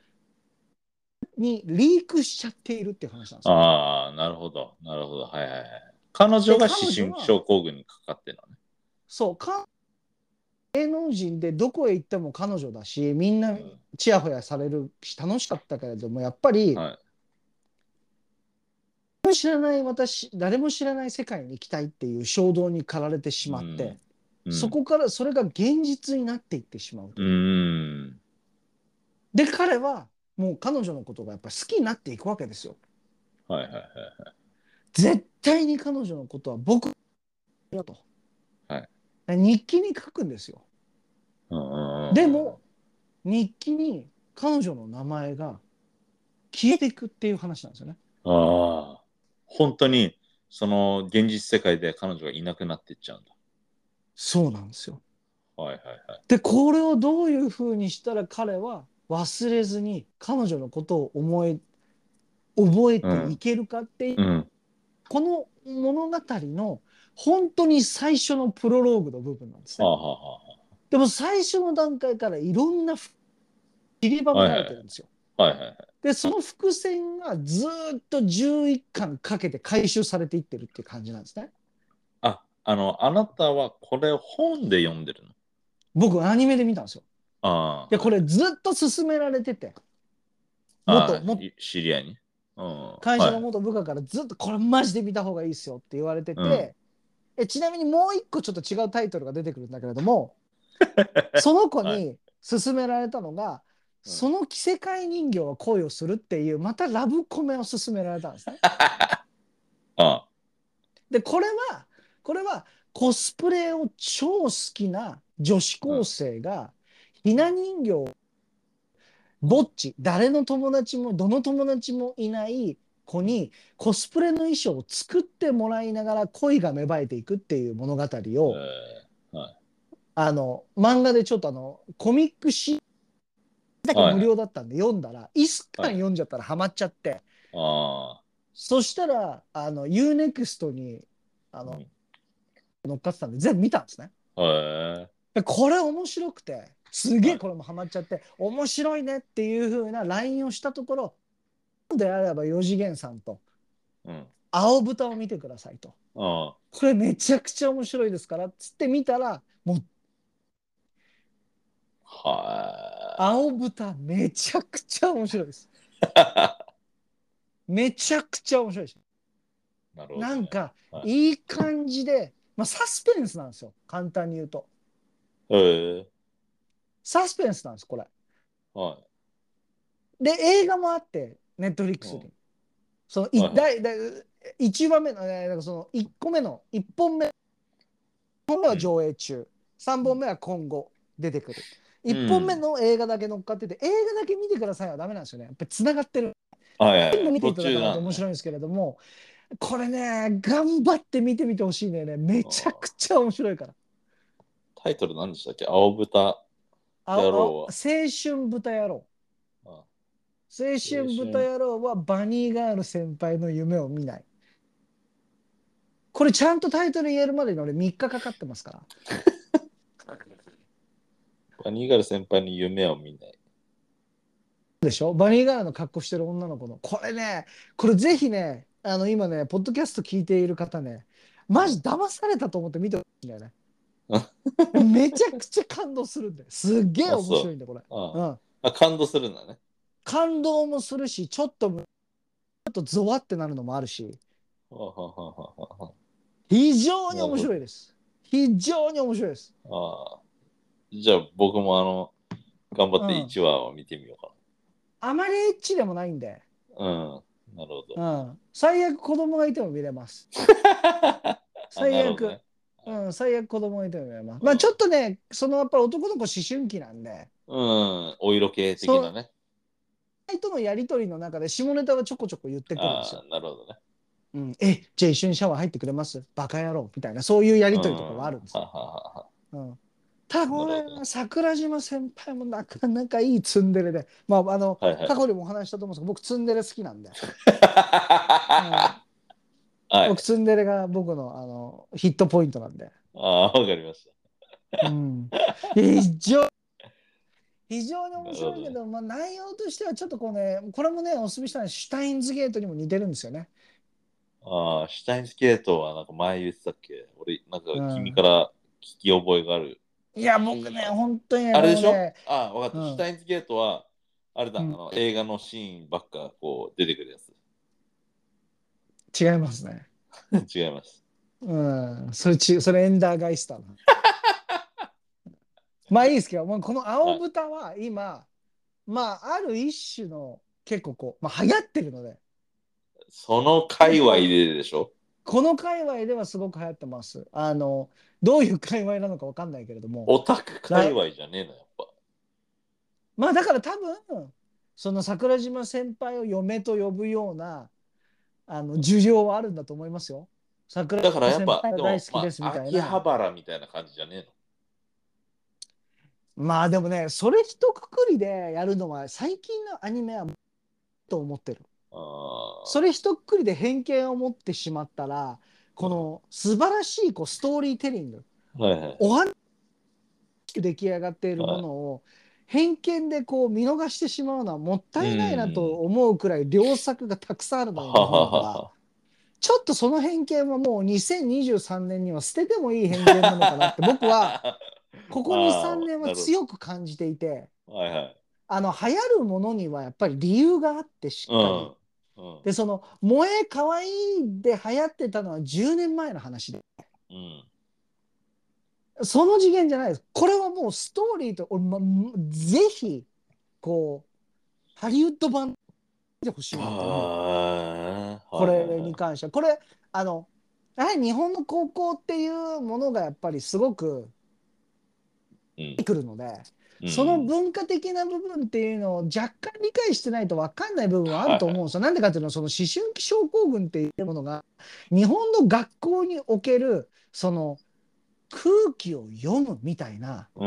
にリークしちゃっているっていう話なんですよ。 ああ、なるほど。なるほど。はいはいはい。彼女で、 が思彼女は、 春期症候群にかかってるのね。 そう、芸能人でどこへ行っても彼女だし、みんなうん。 ちやほやされるし、楽しかったけれども、やっぱり、 はい。 誰も知らない世界に行きたいっていう衝動に駆られてしまって、 うん。うん。 そこからそれが現実になっていってしまううという。 ーん。 で、彼はもう彼女のことがやっぱり好きになっていくわけですよ。 はいはいはい。 絶対に彼女のことは僕だと。 はい。 日記に書くんですよ。 うん。 でも、日記に彼女の名前が消えていくっていう話なんですよね。 ああ。本当に、その現実世界で彼女がいなくなっていっちゃうんだ。 そうなんですよ。 はいはいはい。 で、これをどういうふうにしたら彼は忘れずに彼女のことを覚えてうん。 いけるかっていううん。 この物語の本当に最初のプロローグの部分なんですね。でも最初の段階からいろんな散りばめられてるんですよ。で、その伏線がずっと11巻かけて回収されていってるっていう感じなんですね。 あなたはこれを本で読んでるの？ 僕アニメで見たんですよ。で、これはい。 ずっと勧められてて、 知り合いに。 会社のはい。 元部下からずっとこれマジで見た方がいいっすよって言われてうん。 て、ちなみにもう一個ちょっと違うタイトルが出てくるんだけれども、その子はい。 に勧められたのが、 うん。 その着せ替え人形は恋をするっていう、またラブコメを勧められたんですね。 あで、これはコスプレを超好きな女子高うん。 生が、ひな人形をうん。 ぼっち、誰の友達も、どの友達もいない子にコスプレの衣装を作ってもらいながら恋が芽生えていくっていう物語を、 はい。 漫画でちょっとコミックシーンだけ無はい。 料だったんで読んだら、一巻はい。 読んじゃったらハマっちゃって、 ああ。 そしたら、UNEXT に、 うん。 乗っかってたんで、全部見たんですね。 へえ。 でこれ面白くて、すげはい。 えこれもハマっちゃって、面白いねっていう風な LINE をしたところ、であれば4次元さんと、 うん。 青豚を見てくださいと。 あこれめちゃくちゃ面白いですからっつって見たら、もうあ。は青豚めちゃくちゃ面白いです。 い。 めちゃくちゃ面白いです。 なるほどね。 なんかはいい感じで、サスペンスなんですよ。簡単に言うと。 い。へえ。 サスペンスなんです、これ。 はで、映画もあって、ネットフリックい。うん。 スに。そのはいはい。 1話目の、なんかその1個目の、1本目はうん。 上映中、3 うん。 本目は今後出てくる。 う 1本目ん。 の映画だけ乗っかってて、映画だけ見てくださいはダメなんですよね。やっぱり繋がってる。 はいはいはい。 全部見てい途ただかないと中なのね。 面白いんですけれども、これね、頑張って見てみてほしいんだよね。めちゃくあちゃ面白いから。 タイトル何でしたっけ？青豚野郎青春豚野郎。 は。あ、 青青春豚春。 野郎はバニーガール先輩の夢を見ない。これちゃんとタイトル言えるまでに俺3日かかってますから。 バニーガール先輩の夢を見ない。 でしょバニーガールの格好してる女の子の。これね、これぜひね、今ね、ポッドキャスト聞いている方ね、マジうん。 騙されたと思って見てほしいんだよね。めちゃくちゃ感動するんだよ。すっげえあ、 面白いんだよ、 そう。 これ。うあん。 あ、感動するんだね。 感動もするし、ちょっとゾワってなるのもあるし、 ははははは。 非常に面なるほど。 白いです。非常に面白いです。 ああ。じゃあ僕も頑張ってうん。 1話を見てみようかあまりエッチでもないんで、 な。うん。なるほど。 うん。最悪子供がいても見れます。 あ、な最悪。 るほどね。はい。 最悪子供がいても見れます。ちょっうん。 とね、やっぱり男の子思春期なんで、 うん。お色気的そう、 なね。 とのやりとりの中で下ネタはちょこちょこ言ってくるんですよ。 ああ、なるほどね。 うん。じゃあ一緒にシャワー入ってくれますバカ野郎みたいな、そういうやうん。 りとりとかはあはるんです。 ははは。 うん。ただこれ、 なるほどね。 桜島先輩もなかなかいいツンデレで、 はいはい。 過去にもお話ししたと思うんですけど、僕ツンデレ好きなんで、うん、 はい。 僕ツンデレが僕の、ヒットポイントなんで、 ああ、わかりましうん。非常にた。な面るほどね。 白いけど、内容としてはちょっとこうね、これもね、お勧めしたのはシュタインズゲートにも似てるんですよね。 ああ、シュタインスケートはなんか前言ってたっけ？俺、なんか君かうん。 ら聞き覚えがある。 いや、僕ね、 あ、 本当にね、 あれでしょ？ このね、 ああ、わかった。シュタうん、 インズゲートは、あれだ、 うん、 映画のシーンばっかこう出てくるやつ。 違いますね。 違います。 うん、それエンダーガイスターな。まあいいですけど、もうこの青はい。 豚は今、ある一種の結構こう、流行ってるので、 その界隈結構、 ででしょ？ この界隈ではすごく流行ってます。どういう界隈なのかわかんないけれども、 オタク界ら隈じゃねえの、やっぱ。 だから多分、その桜島先輩を嫁と呼ぶような、需要はあるんだと思いますよ。桜だから島やっぱ、 先輩がでも、 大好きですみたい秋葉な。 原みたいな感じじゃねえでもね、それ一括りでやるのは最近のアニメはと思ってる。 それ一括りで偏見を持ってしまったら、この素晴らしいこうストーリーテリング、 はいはい。 お話出来上がっているもはい。 のを偏見でこう見逃してしまうのはもったういないなとん。 思うくらい良作がたくさんあるのよ、日はは本には。 はは。 ちょっとその偏見はもう2023年には捨ててもいい偏見なのかなって僕はここ2、3 ああ、 年はなるほど。 強く感じていて、 はいはい。 流行るものにはやっぱり理由があってしうっかり。 ん。うん。 で、その萌え可愛いで流行ってたのは10年前の話で。 うん。 その次元じゃないです。これはもうストーリーと、ぜひ、こう、ハリウッド版でほしいなと思う。こはいはいはいはい。 れに関しては。これ、あの、やはり日本の高校っていうものがやっぱりすごくうん。 くるので、そのうん。 文化的な部分っていうのを若干理解してないと分かんない部分はあると思うんですよ。 はいはい。 なんでかっていうのは、その思春期症候群っていうものが、日本の学校における、その空気を読むみたいな、 うん。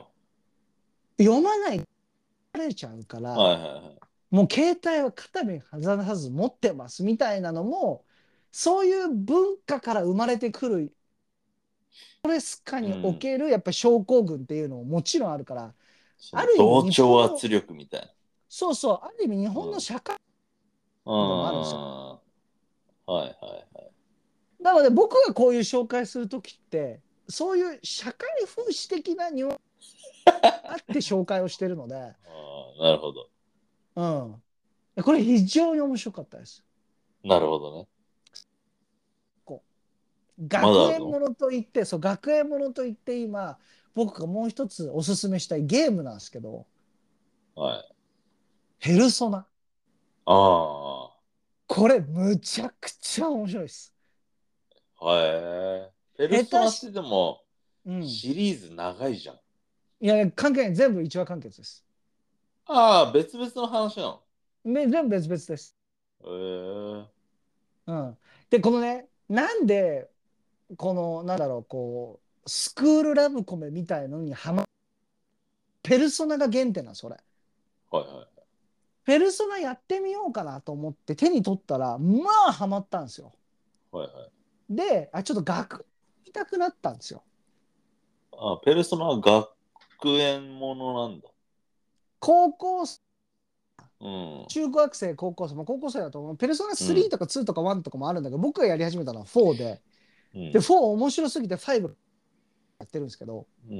読まないとバレちゃうから、 はいはいはい。 もう携帯は肩身離さず持ってますみたいなのも、そういう文化から生まれてくるストレス下におうん。 けるやっぱり症候群っていうのももちろんあるから、 そのある意味同日本の、 調圧力みたいそうそう、ある意味日な。 本うん。 の社会うでもあるんですよ。 ん。はいはいはい。 なので僕がこういう紹介するときって、そういう社会風刺的なニュアンスがあって紹介をしてるので、 ああ、なるほど。 うん。これ非常に面白かったです。 なるほどね。 こうまだ学あるの？ 園ものといって、そう、学園ものといって今、僕がもう一つおすすめしたいゲームなんですけど、 はい。 ペルソナ。 あこれむちゃくちゃ面白いです。 あ、はい。ペル下手し、 ソナってでも、 うん。 シリーズ長いじゃん。 いや、関係ない。全部一話完結です。 ああ、別々の話なの？ 全部別々です。 へえ。 うん。で、このね、なんで、この、なんだろう、こう、スクールラブコメみたいのにハマ、ペルソナが原点なんです、それ。 はいはい。 ペルソナやってみようかなと思って手に取ったら、まあハマったんですよ。 はいはい。 で、ちょっと学みたくなったんですよ。 あ、ペルソナは学園ものなんだ。 高校、 うん。 中学生、高校生、まあ、高校生だと思う。ペルソナ3 うん。 とか2とか1とかもあるんだけど、僕がやり始めたのは4で、で、 うん。 4面白すぎて5やってるんですけど、 うん。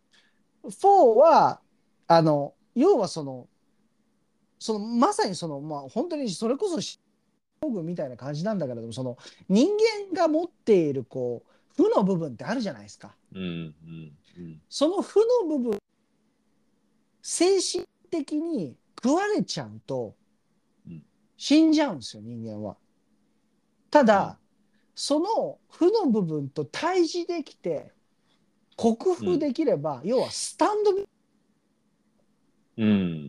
4は、要はまさにまあ、本当にそれこそ将軍みたいな感じなんだけれども、その人間が持っている、こう、負の部分ってあるじゃないですか。 うん。うん。うん。 その負の部分、精神的に食われちゃうとうん。 死んじゃうんですよ、人間は。ただ、その負の部分と対峙できて、克うん。 服できれば、要はスタンド、 うん。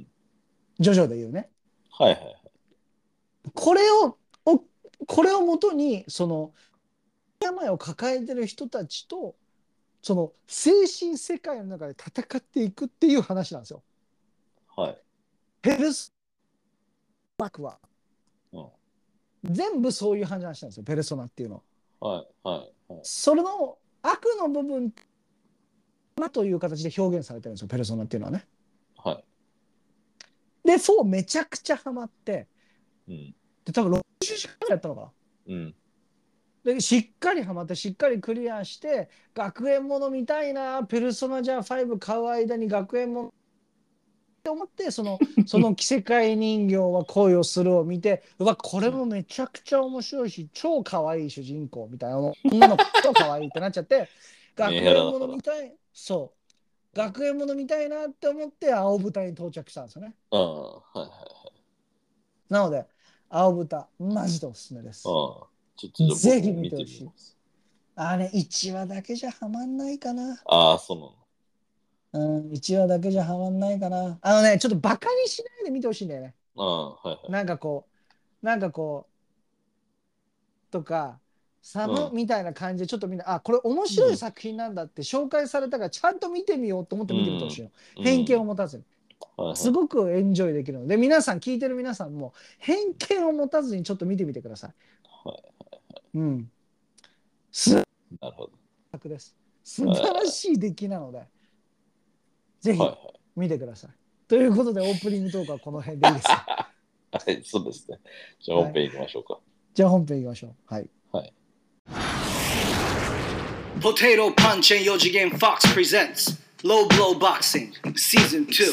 ジョジョで言うね。 はいはいはい。 これを、これをもとに、病を抱えてる人たちと、その精神世界の中で戦っていくっていう話なんですよ。 はい。 ヘルスマークはうん。 全部そういう話なんですよ、ペルソナっていうのは。 はいはいはい。 それの悪の部分という形で表現されてるんですよ、ペルソナっていうのはね。 はい。 で、4めちゃくちゃハマって、 うん。 で、多分60時間ぐらいやったのかな。 うん。 で、しっかりハマって、しっかりクリアして、学園もの見たいな、ペルソナじゃあ5買う間に学園ものって思って、その着せ替え人形は恋をするを見て、うわ、これもめちゃくちゃ面白いし、超可愛い主人公みたいな、女の子超可愛いってなっちゃって、 メン学園もヘラだから。 の見たい、そう、 うん。 学園もの見たいなって思って、青豚に到着したんですよね。 ああ、はいはいはい。 なので、青豚、マジでおすすめです。 ああ、ちょっとじゃあぜひ僕も見て見てほしい。 みます。 あれ、1話だけじゃハマんないかな。 ああ、そうなの。 うん、1話だけじゃハマんないかな。ちょっとバカにしないで見てほしいんだよね。 ああ、はいはい。 なんかこなんかことか、サうん。 ムみたいな感じで、ちょっとみんな、これ面うん。 白い作品なんだって紹介されたから、ちゃんと見てみようと思って見てみてほしいうん。 の。 う偏見をん。 持たずに。 すごくエンジョイできるので、皆さん、聞いてる皆さんも偏見を持たずにちょっと見てみてください。うん。素晴らしい出来なので、ぜひ見てください。ということで、オープニングトークはこの辺でいいですか？ はい、そうですね。じゃあ本編行きましょうか。 じゃあ本編行きましょう。はい。 Potato Punch and 4次元 Fox presents Low Blow Boxing Season 2.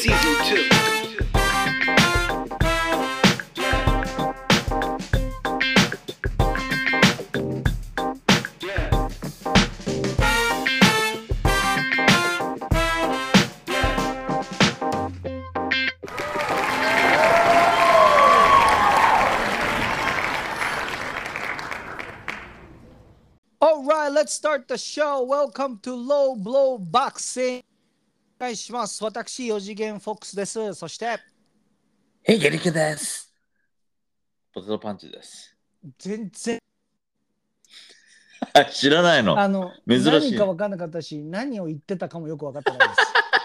Alright, let's start the show. Welcome to Low Blow Boxing. お願いします。私、4次元フォックスです。そして、 ヘイゲリクです。ポテトパンチです。 全然知らないの。珍しい。 何か分かんなかったし、何を言ってたかもよく分かってないです。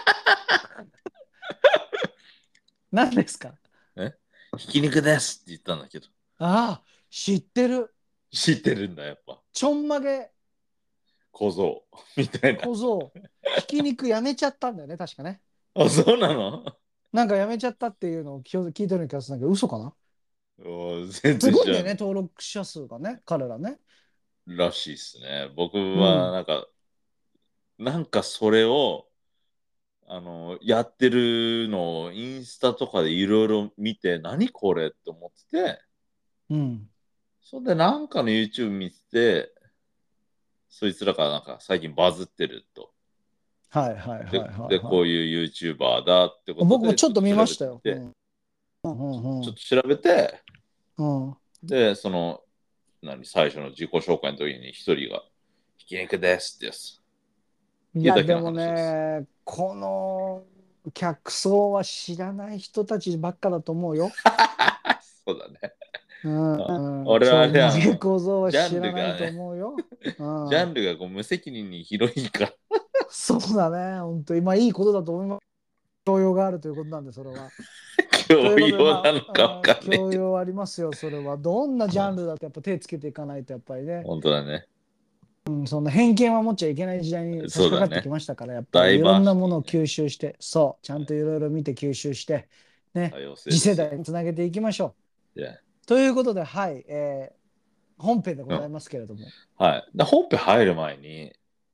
何ですか？ ひき肉ですって言ったんだけど。 ああ、知ってる。 知ってるんだ、やっぱ。 ちょんまげ。 小僧みたいな。 小僧。ひき肉やめちゃったんだよね、確かね。 あ、そうなの？ なんかやめちゃったっていうのを聞いてるような気がするんだけど、嘘かな？ 全然すごいんだよね、登録者数がね、彼らね。 らしいっすね。僕はなんかそれをやってるのをインスタとかでいろいろ見て、何これって思ってて、それでなんかの YouTube 見てて、そいつらがなんか最近バズってると。で、こういう YouTuber だってことで。 僕もちょっと見ましたよ。 ちょっと調べて、で、最初の自己紹介の時に一人が、ひき肉ですってやつ。 いや、でもね、この客層は知らない人たちばっかだと思うよ。 そうだね。 俺はね、構造は知らないと思うよ。 ジャンルが無責任に広いから。 そうだね、本当に。まあいいことだと思います。教養があるということなんで、それは。 教養なのか分かんない。 教養ありますよ、それは。どんなジャンルだとやっぱ手つけていかないとやっぱりね。 本当だね。 そんな偏見は持っちゃいけない時代に差し掛かってきましたから、やっぱりいろんなものを吸収して、そう、ちゃんといろいろ見て吸収して、ね、次世代につなげていきましょう。ということで、はい、本編でございますけれども。 はい。本編入る前に、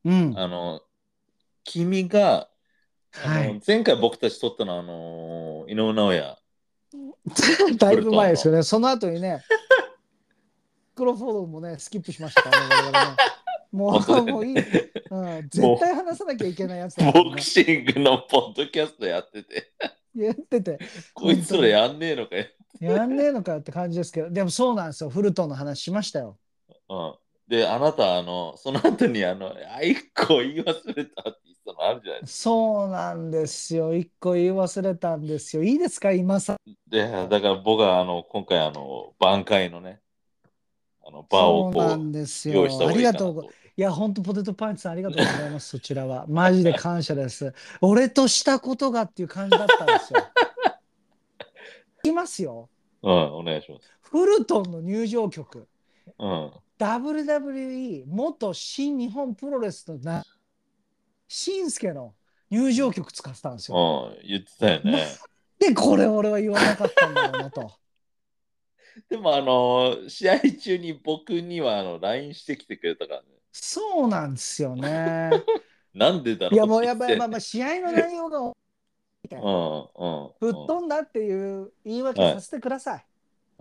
君が、前回僕たち撮ったのは、井上尚弥。 だいぶ前ですよね。その後にね、クロフォードもね、スキップしましたからね、我々ね。もういい、絶対話さなきゃいけないやつだ、 ボクシングのポッドキャストやってて。こいつらやんねえのかよ。 やんねえのかよって感じですけど、でもそうなんですよ。フルトンの話しましたよ。 で、あなた、その後に、一個言い忘れたって言ったのあるじゃないですか。 そうなんですよ。一個言い忘れたんですよ。いいですか、今さ。 で、だから僕は、今回、挽回のね、場をこう、用意した方がいいかなと。 いや、本当ポテトパンチさんありがとうございます。そちらは。マジで感謝です。俺としたことがっていう感じだったんですよ。いきますよ。 お願いします。 フルトンの入場曲。WWE 元新日本プロレスの新助の入場曲使ってたんですよ。 言ってたよね。 で、これ俺は言わなかったんだろうなと。 でも試合中に僕にはLINE してきてくれたからね。 そうなんですよね。 なんでだろう。 いやもうやっぱり試合の内容が吹っ飛んだっていう言い訳させてください。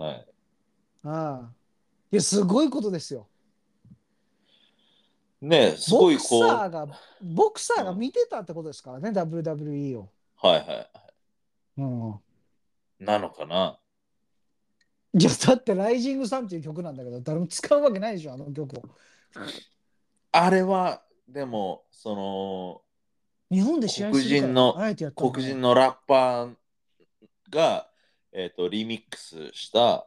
いやすごいことですよ。 ね、すごいこうボクサーが見てたってことですからね、WWE を。 なのかな。 いやだって「ライジングサン」っていう曲なんだけど、誰も使うわけないでしょ、あの曲を。 あれはでも日本で試合するから黒人のラッパーがリミックスした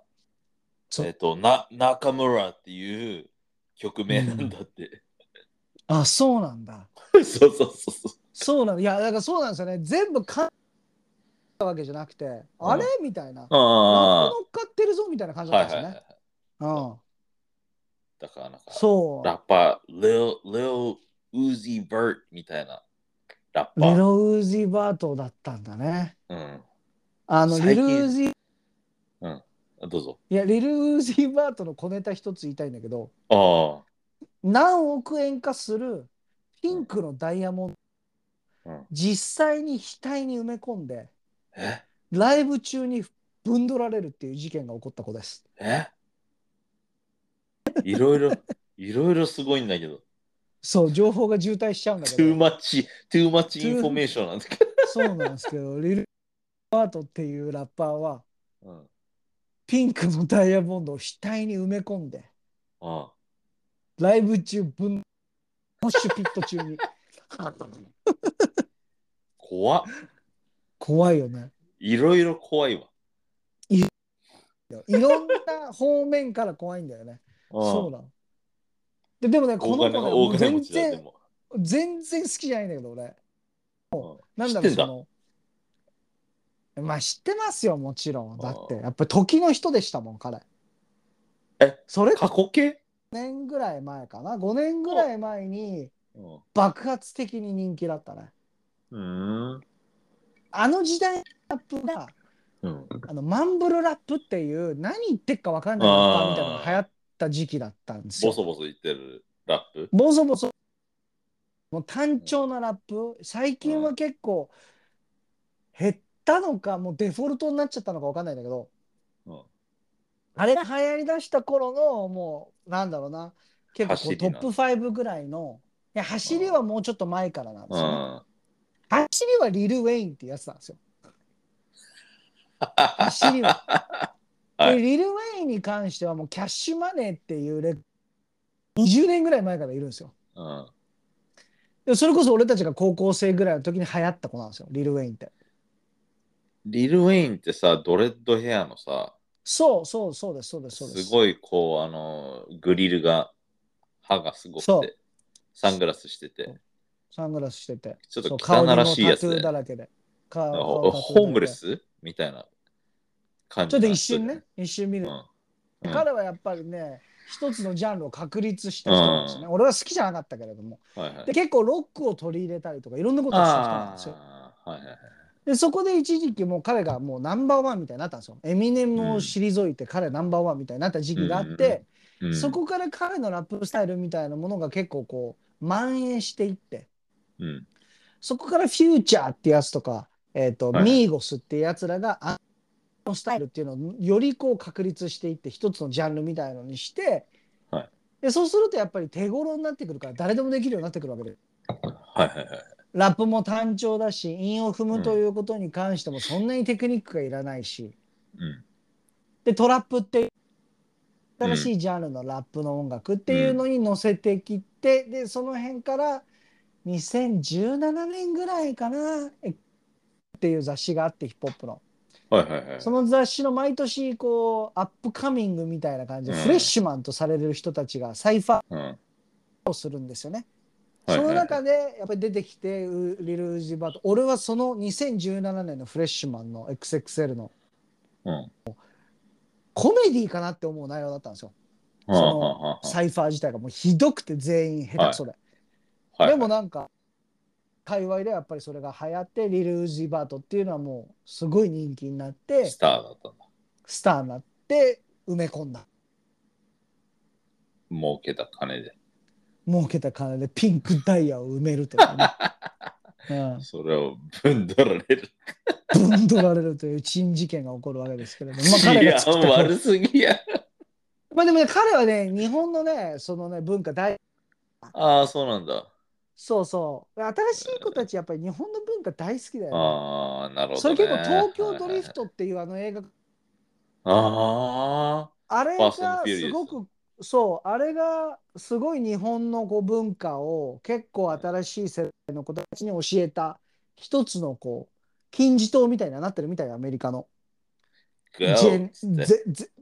中村っていう曲名なんだって。 あ、そうなんだ。 そう。 そうなんだ。いやだからそうなんですよね。全部たわけじゃなくて、 うんあれみたいな。ラップあ乗っかってるぞみたいな感じあ、 だったんですはいはいはい。 よね。うん。 だからなんか、 そラッパー、Lil Uzi Vert みたいなラッう。リル・パウージー・バートだったんだね。 ー。うん。 リル・ウー最近、 ジー、 うん。どうぞ。 いや、リル・ウージー・バートの小ネタ一つ言いたいんだけど、 ああ。 何億円かするピうん。 ンクのダイヤモンド、 うん。 実際に額に埋め込んで、 えライブ中にぶんどられるっていう事件が起こった子です。 えいろいろ、いろいろすごいんだけど。 そう、情報が渋滞しちゃうんだけ too ど、 much, too much トゥ information なんですけど。 そうなんですけど、リル・バートっていうラッパーは、 うん。 ピンクのダイヤモンドを額に埋め込んで、 あライブ中ぶん、モッシュピット中に。 怖っ。 怖いよね。 いろいろ怖いわ。 いろんな方面から怖いんだよね。そうあだ。でもね、この子ね、もう大金持ちだ、でも。 全然好きじゃないんだけど、俺。 うんなんだろう、 知ってんだ。 まあ知ってますよ、もちろん。だって、 あやっぱり時の人でしたもん、彼。 え、 それ過去形 5年ぐらい前かな。5年ぐらい前にうん爆発的に人気だったね。 うーん。 あの時代のラップが、 うん。 マンブルラップっていう何言ってっか分かんないラッパーみたいなのが流行ああ、 った時期だったんですよ。 ボソボソ言ってるラップ。 ボソボソ、もう単調なラップ。最近は結構減ったのか、もうデフォルトになっちゃったのか分かんないんだけど、 うん。 あれが流行りだした頃の、もう、なんだろうな、結構こうトップ走りなんだ。 5ぐらいの、いや、走りはもうちょっと前からなんですよね。 うん。 走りはリル・ウェインってやつなんですよ。走りは。で、 はい。 リル・ウェインに関してはもうキャッシュマネーっていう20年ぐらい前からいるんですよ。 うん。 でそれこそ俺たちが高校生ぐらいの時に流行った子なんですよ、リル・ウェインって。 リル・ウェインってさ、ドレッドヘアのさ、 そうそうそうです、そうです、そうです。 すごいこう、グリルが、歯がすごくそて、サングラスしてて、 う。サングラスしてて、 ちょっとそう、顔に汚らしいもタトゥーやつだよね。 だらけで。顔タトゥーホーだらけ。 ムレスみたいな感じちょっとの人じゃない。 一瞬ね、一瞬見る。 うん。うん。 彼はやっぱりね、一つのジャンルを確立しうた人なんですよね。 ん。 俺は好きじゃなかったけれども。で、 はいはい。 結構ロックを取り入れたりとか、いろんなことをした人なんですよ。 ああ、はいはいはい。 で、そこで一時期もう彼がもうナンバーワンみたいになったんですよ。エミネムをうん。 退いて彼ナンバーワンみたいになった時うん。 期があって、 うん。うん。 そこから彼のラップスタイルみたいなものが結構こう蔓延していって、 うん。 そこからフューチャーってやつとか、 はいはい。 ミーゴスっていうやつらがあのスタイルっていうのをよりこう確立していって一つのジャンルみたいのにして、 はい。 でそうするとやっぱり手頃になってくるから誰でもできるようになってくるわけで、 はいはいはい。 ラップも単調だし韻を踏むとうん。 いうことに関してもそんなにテクニックがいらないし、 うん。 でトラップってうん。 新しいジャンルのラップの音楽っていううん。 のに乗せてきて、でその辺から2017年ぐらいかなっていう雑誌があって、ヒップホップのはいはいはい。 その雑誌の毎年こうアップカミングみたいな感じでフレッうん。 シュマンとされる人たちがサイファーうん。 をするんですよね。そのはいはいはい。 中でやっぱり出てきてリル・ウジバート、俺はその2017年のフレッシュマンの XXL のうん。 コメディかなって思う内容だったんですよ。 はあはそのあはあはサイファー自体がもうひどくて全員下あ。はい。 手くそで。ではいはい。 もなんか界隈でやっぱりそれが流行ってリル・ウジバートっていうのはもうすごい人気になってスターだったんだ。 スターになって埋め込んだ。 儲けた金で。 儲けた金でピンクダイヤを埋めるというね。うん、 それをぶんどられる。 ぶんどられるという珍事件が起こるわけですけれども、まあ、彼が治安作った悪すぎや。 まあでもね、彼はね、日本のね、そのね、文化ああ、そうなんだ。 そうそう。新しい子たち、やっぱり日本の文化大好きだよね。 ああ、なるほどね。 それ結構、東はいはい京ドリフトっはい。 ていうあの映画、 ああ、 あファーストフれがューリアス。 すごく、そう、あれがすごい日本のこう文化を結構新しい世代の子たちに教えた一つのこう、金字塔みたいになってるみたいな、アメリカの。ジェゴーっン、 つって。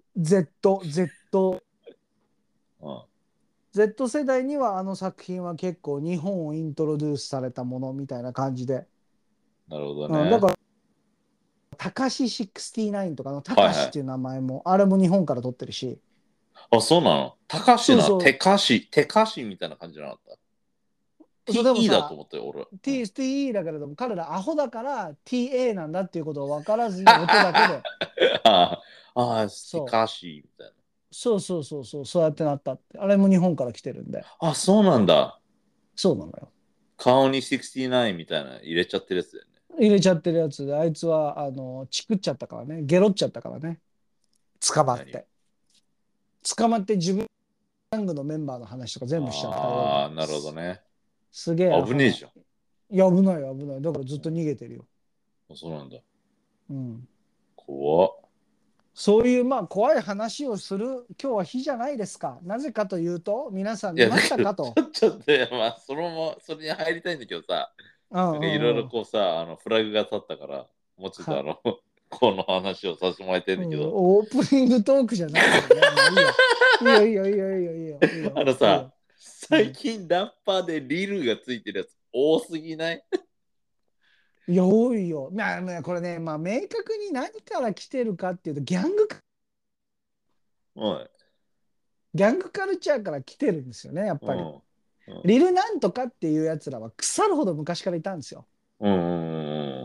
うん、 Z 世代にはあの作品は結構日本をイントロデュースされたものみたいな感じで、 なるほどうん、だね。 からたかし69とかのたかしっていう名前も、あれも日本から取ってるし。 あ、そうなの。高しな、 そうそう手かし、手かしみたいな感じじゃなかった。 そうでも TE だとさ、 思ったよ、俺。 TE だけれども、彼らアホだから TA なんだっていうことを分からずに音だけで、 ああ、手そう、 かしみたいそうやってなったって。あれも日本から来てるんで。 な。あ、そうなんだ。 そうなのよ。 顔に69みたいな入れちゃってるやつだよね。 入れちゃってるやつで、あいつは、チクっちゃったからね。ゲロっちゃったからね。捕まって。捕まって自分ギャングのメンバーの話とか全部しちゃったような。 ああ、なるほどね。 すげえアホな。 危ねえじゃん。 いや、危ないよ、危ない。だからずっと逃げてるよ。 そうなんだ。 うん。 怖っ。 そういうまあ怖い話をする今日は日じゃないですか。なぜかというと、皆さんいや、 見まだけど、 したかと。 ちょっと、まあ、そのまま、それに入りたいんだけどさ、 うんなんかいろいうんうん。 ろこうさ、フラグが立ったから、もうちょっとはい。 この話をさせてもらいたいんうん、 だけど、 オープニングトークじゃないけどね。まあいいよ。いいよ、いいよ、いいよ、いいよ、いいよ、いいよ。いいさ、 よ。う最ん。 近ラッパーでリルがついてるやつ多すぎない？ いや、多いよ。まあ、これね、まあ、明確に何から来てるかっていうと、 おい。 ギャングカルチャーから来てるんですよね、やっぱり。 うん。うん。 リルなんとかっていうやつらは腐るほど昔からいたんですよ。 うん。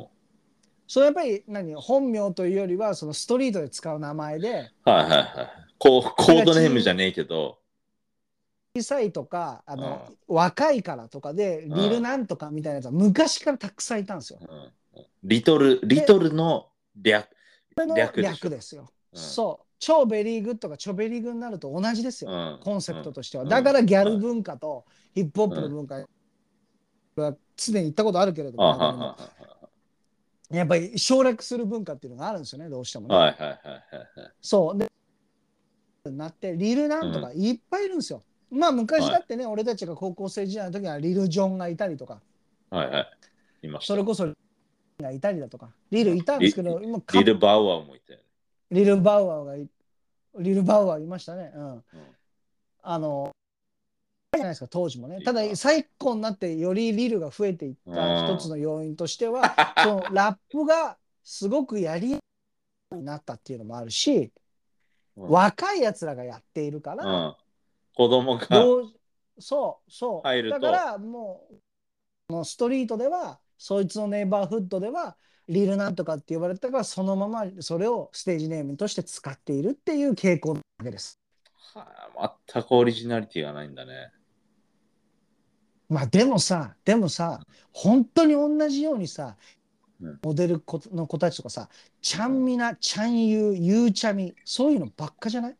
それやっぱり本名というよりは、そのストリートで使う名前で、 はいはいはい。コだからードネームじゃねえけど、 小さいとか、 うん。 若いからとかで、 うん。 リルなんとかみたいなやつは昔からたくさんいたんですよ。 うん。リで、 トルのこれの略でしょ。 略ですよ。 うん。 そう。超ベリーグッドか超ベリーグになると同じですよ。 うん。 コンセうん。 プトとしては。 うん。 だからギャルはい。 文化とヒップホッうん。 プの文化は常に言ったことあるけれども、 あはは何度も。 はやっぱり省略する文化っていうのがあるんですよね、どうしてもは。 ね。 はいはいはいはいはい。 そう。で、なって、リルなうん。 んとかいっぱいいるんですよ。まあ昔はい。 だってね、俺たちが高校生時代の時はリル・ジョンがいたりとか、 はいはい。いました。 それこそがいたりだとか、リルうん。 いたんですけど、今リル・バウアーもいたよね。 リル・バウアーがリル・バウアーいましたね。うん。 うん。 あの、じゃないですか、当時もね。ただ、 いた。 最高になってよりリルが増えていっうた一つん。 の要因としては、そのラップがすごくやりやすくなったっていうのもあるし、 うん。 若いやつらがやっているから、 うん。子供がどう、そう。 入ると、 だからもう、このストリートでは、そいつのネイバーフッドでは、リルなんとかって言われたから、そのままそれをステージネームとして使っているっていう傾向なわけです。 はあ、全くオリジナリティがないんだね。 まあでもさ、本当に同じようにさ、 うん。 モデルの子たちとかさ、ちゃうん。 んみな、ちゃんゆうちゃみ、そういうのばっかじゃない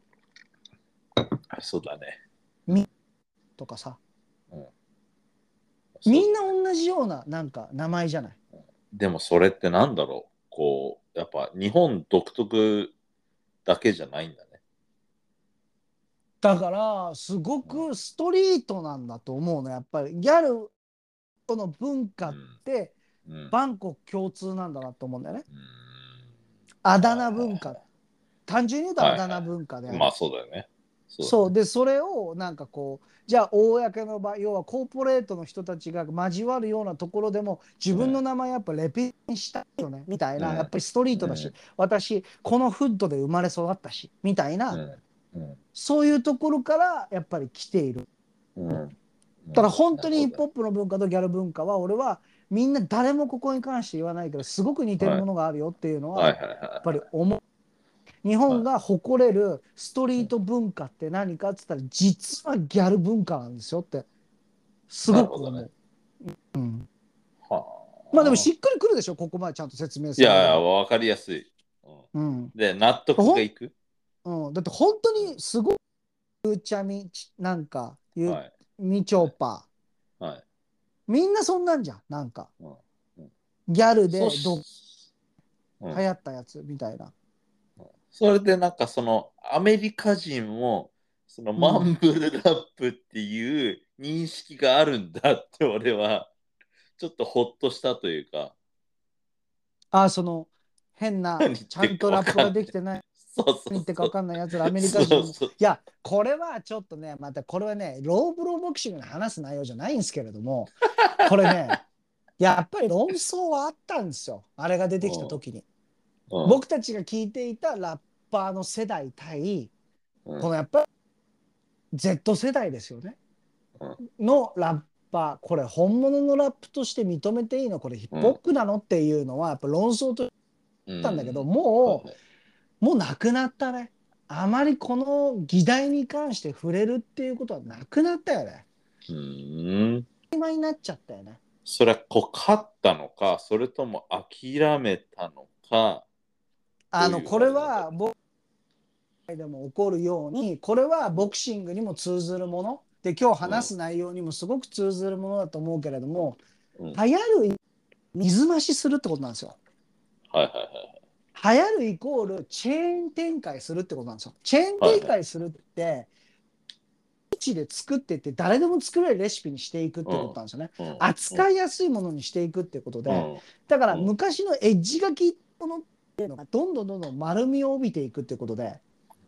そうだね。 みとかさ、 うん。そうみんなだね。 同じようななんか名前じゃない。 でもそれってなんだろう。こう、やっぱ日本独特だけじゃないんだね。 だから、すごうん。 くストリートなんだと思うの、やっぱり。ギャルの文化っうん。 て、 うん。 万国共通なんだなと思うんだよね。 うん。 あだ名文化。 はい単純に言うとはいはい。はいはあだ名文化でい。まあある。 そうだよね。そうだね。 そうでそれをなんかこうじゃあ公の場要はコーポレートの人たちが交わるようなところでも自分の名前やっぱレペゼンしたいよねみたいうん。 なやっぱりストリートだしうん。 私このフッドで生まれ育ったしみたいなうん。うん。 そういうところからやっぱり来ている。 うん。うん。 ただ本当にヒップホッなるほどね。 プの文化とギャル文化は俺はみんな誰もここに関して言わないけどすごく似てるはい。 ものがあるよっていうのはやっはいはいはいぱりは思う。日い。は本が誇れるストい。うん。 リート文化って何かって言ったら実はギャル文化なんですよってすなるほどね。 ごく思う。うん、 はまあでもしっあ。 くりくるでしょここまでちゃんと説明いやいや、 されれば。 わかりやすい。うん。 うん、 で、納得ほんがいく。 だって本当うん。 にすごいゆうちゃみなんかはい。 みちはい。 ょぱはい。 みんなそんなんじゃんなんかうん。うん。 ギャルそでし、うん。 流行ったやつみたいな。 それでなんかそのアメリカ人もそのマンうん、 ブルラップっていう認識があるんだって俺はちょっとほっとしたというか、 その変な何言っちゃんてるかわとラップがかんない。 できてないそうそう何言ってるかそう。 分かんないやつらアメリカ人もそうそう。 いやこれはちょっとねまたこれはねローブローボクシングの話す内容じゃないんですけれどもこれねやっぱり論争はあったんですよあれが出てきた時に。 僕たちが聞いていたラッパーの世代対、 うんこのやっぱり Z 世代ですよね、 うんのラッパー、これ本物のラップとして認めていいの、これヒップホップなのっていうのはやっぱ論争としたんだけど、もうなくなったね。あまりこの議題に関して触れるっていうことはなくなったよね。今になっちゃったよね。 それは勝ったのか、それとも諦めたのか。 これは僕でも起こるように、これはボクシングにも通ずるもので、今日話す内容にもすごく通ずるものだと思うけれども、流行る水増しするってことなんですよ。流行るイコールチェーン展開するってことなんですよ。チェーン展開するって、地で作っていって誰でも作れるレシピにしていくってことなんですよね。扱いやすいものにしていくってことで、だから昔のエッジが効いたものっていうのがどんどん丸みを帯びていくってことで、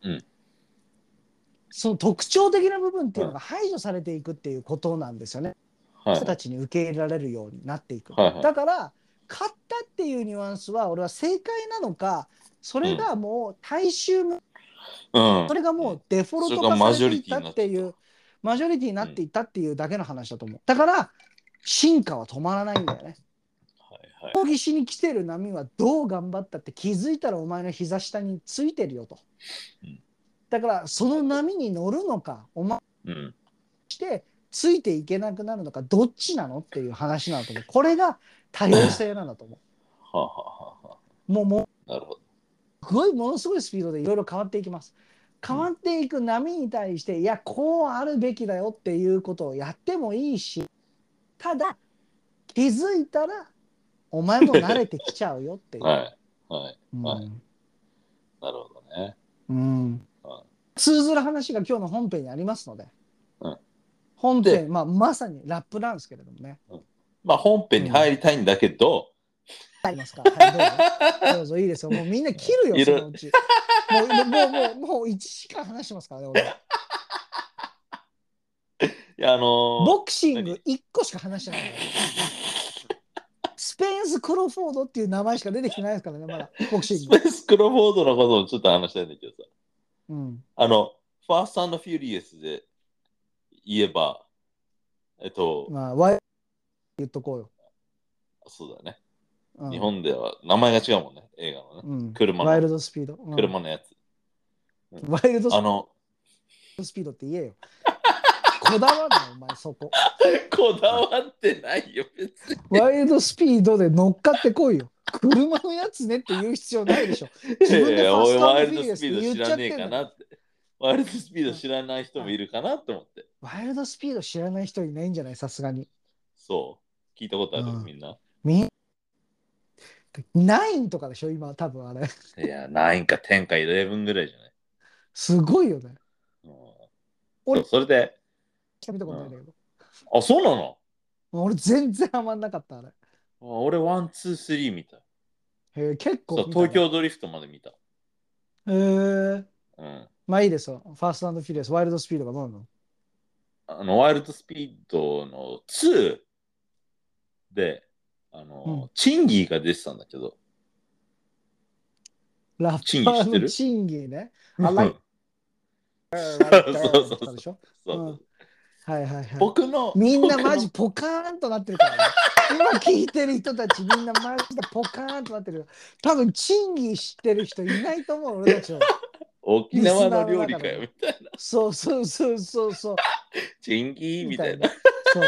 その特徴的な部分っていうのが排除されていくっていうことなんですよね。人たちに受け入れられるようになっていく。だから勝ったっていうニュアンスは俺は正解なのか、それがもう大衆も、それがもうデフォルト化されていったっていう、マジョリティになっていったっていうだけの話だと思う。だから進化は止まらないんだよね。抗議しに来てる波はどう頑張ったって気づいたらお前の膝下についてるよと。だからその波に乗るのか、お前してついていけなくなるのか、どっちなのっていう話なんだと思う。これが多様性なんだと思う。もうすごいものすごいスピードでいろいろ変わっていきます。変わっていく波に対して、いやこうあるべきだよっていうことをやってもいいし、ただ気づいたらお前も慣れてきちゃうよっていう。なるほどね。 通ずる話が今日の本編にありますので、本編、まさにラップなんですけれどもね。 本編に入りたいんだけど、 ありますか。はい、どうぞいいですよ。もうみんな切るよ、そのうち。もう1時間話してますからね、俺。ボクシング1個しか話してないから。スペンス・クロフォードっていう名前しか出てきてないですからね、まだ。ボクシング。 スペンス・クロフォードのことをちょっと話したいんだけどさ。ファースト&フューリアスで言えば、 ワイ言っとこうよ。 そうだね。日本では名前が違うもんね、映画のね。車の。 ワイルドスピード。 車のやつ。 ワイルドスピードって言えよ。こだわんな、お前そこ。 こだわってないよ、別に。 ワイルドスピードで乗っかってこいよ。車のやつねって言う必要ないでしょ。自分でファースト&フューリアスって言っちゃってんの。 ワイルドスピード知らない人もいるかなと思って。 ワイルドスピード知らない人いないんじゃない、さすがに。 そう。聞いたことある、みんな。 9とかでしょ、今、多分あれ。 いや、9か10か11ぐらいじゃない。 すごいよね。 俺、それで。 見たことないんだけど。 あ、そうなの？ 俺全然ハマんなかった、あれ。 俺、1、2、3見た。 結構。 東京ドリフトまで見た。 まあいいですよ。ファースト&フューリアス、ワイルドスピードがどうなの？ ワイルドスピードの2で、チンギーが出てたんだけど。 ラッパーのチンギーね。はいはいはい。 僕のみんなマジポカーンとなってるからね。今聞いてる人たちみんなマジでポカーンとなってる。多分チンギー知ってる人いないと思う、俺たちは。 沖縄の料理かよみたいな。 そう。 チンギーみたいな。 そう。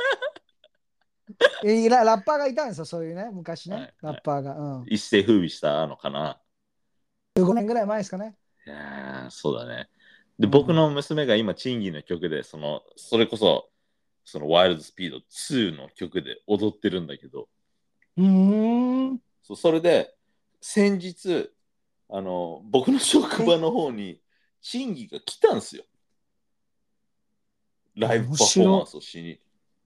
ラッパーがいたんですよ、そういうね、昔ね、ラッパーが。 一世風靡したのかな。 15年ぐらい前ですかね。 いやそうだね。で、僕の娘が今、チンギーの曲で、それこそ、ワイルドスピード2の曲で踊ってるんだけど、それで、先日、僕の職場の方に、チンギーが来たんですよ。ライブパフォーマンスをしに。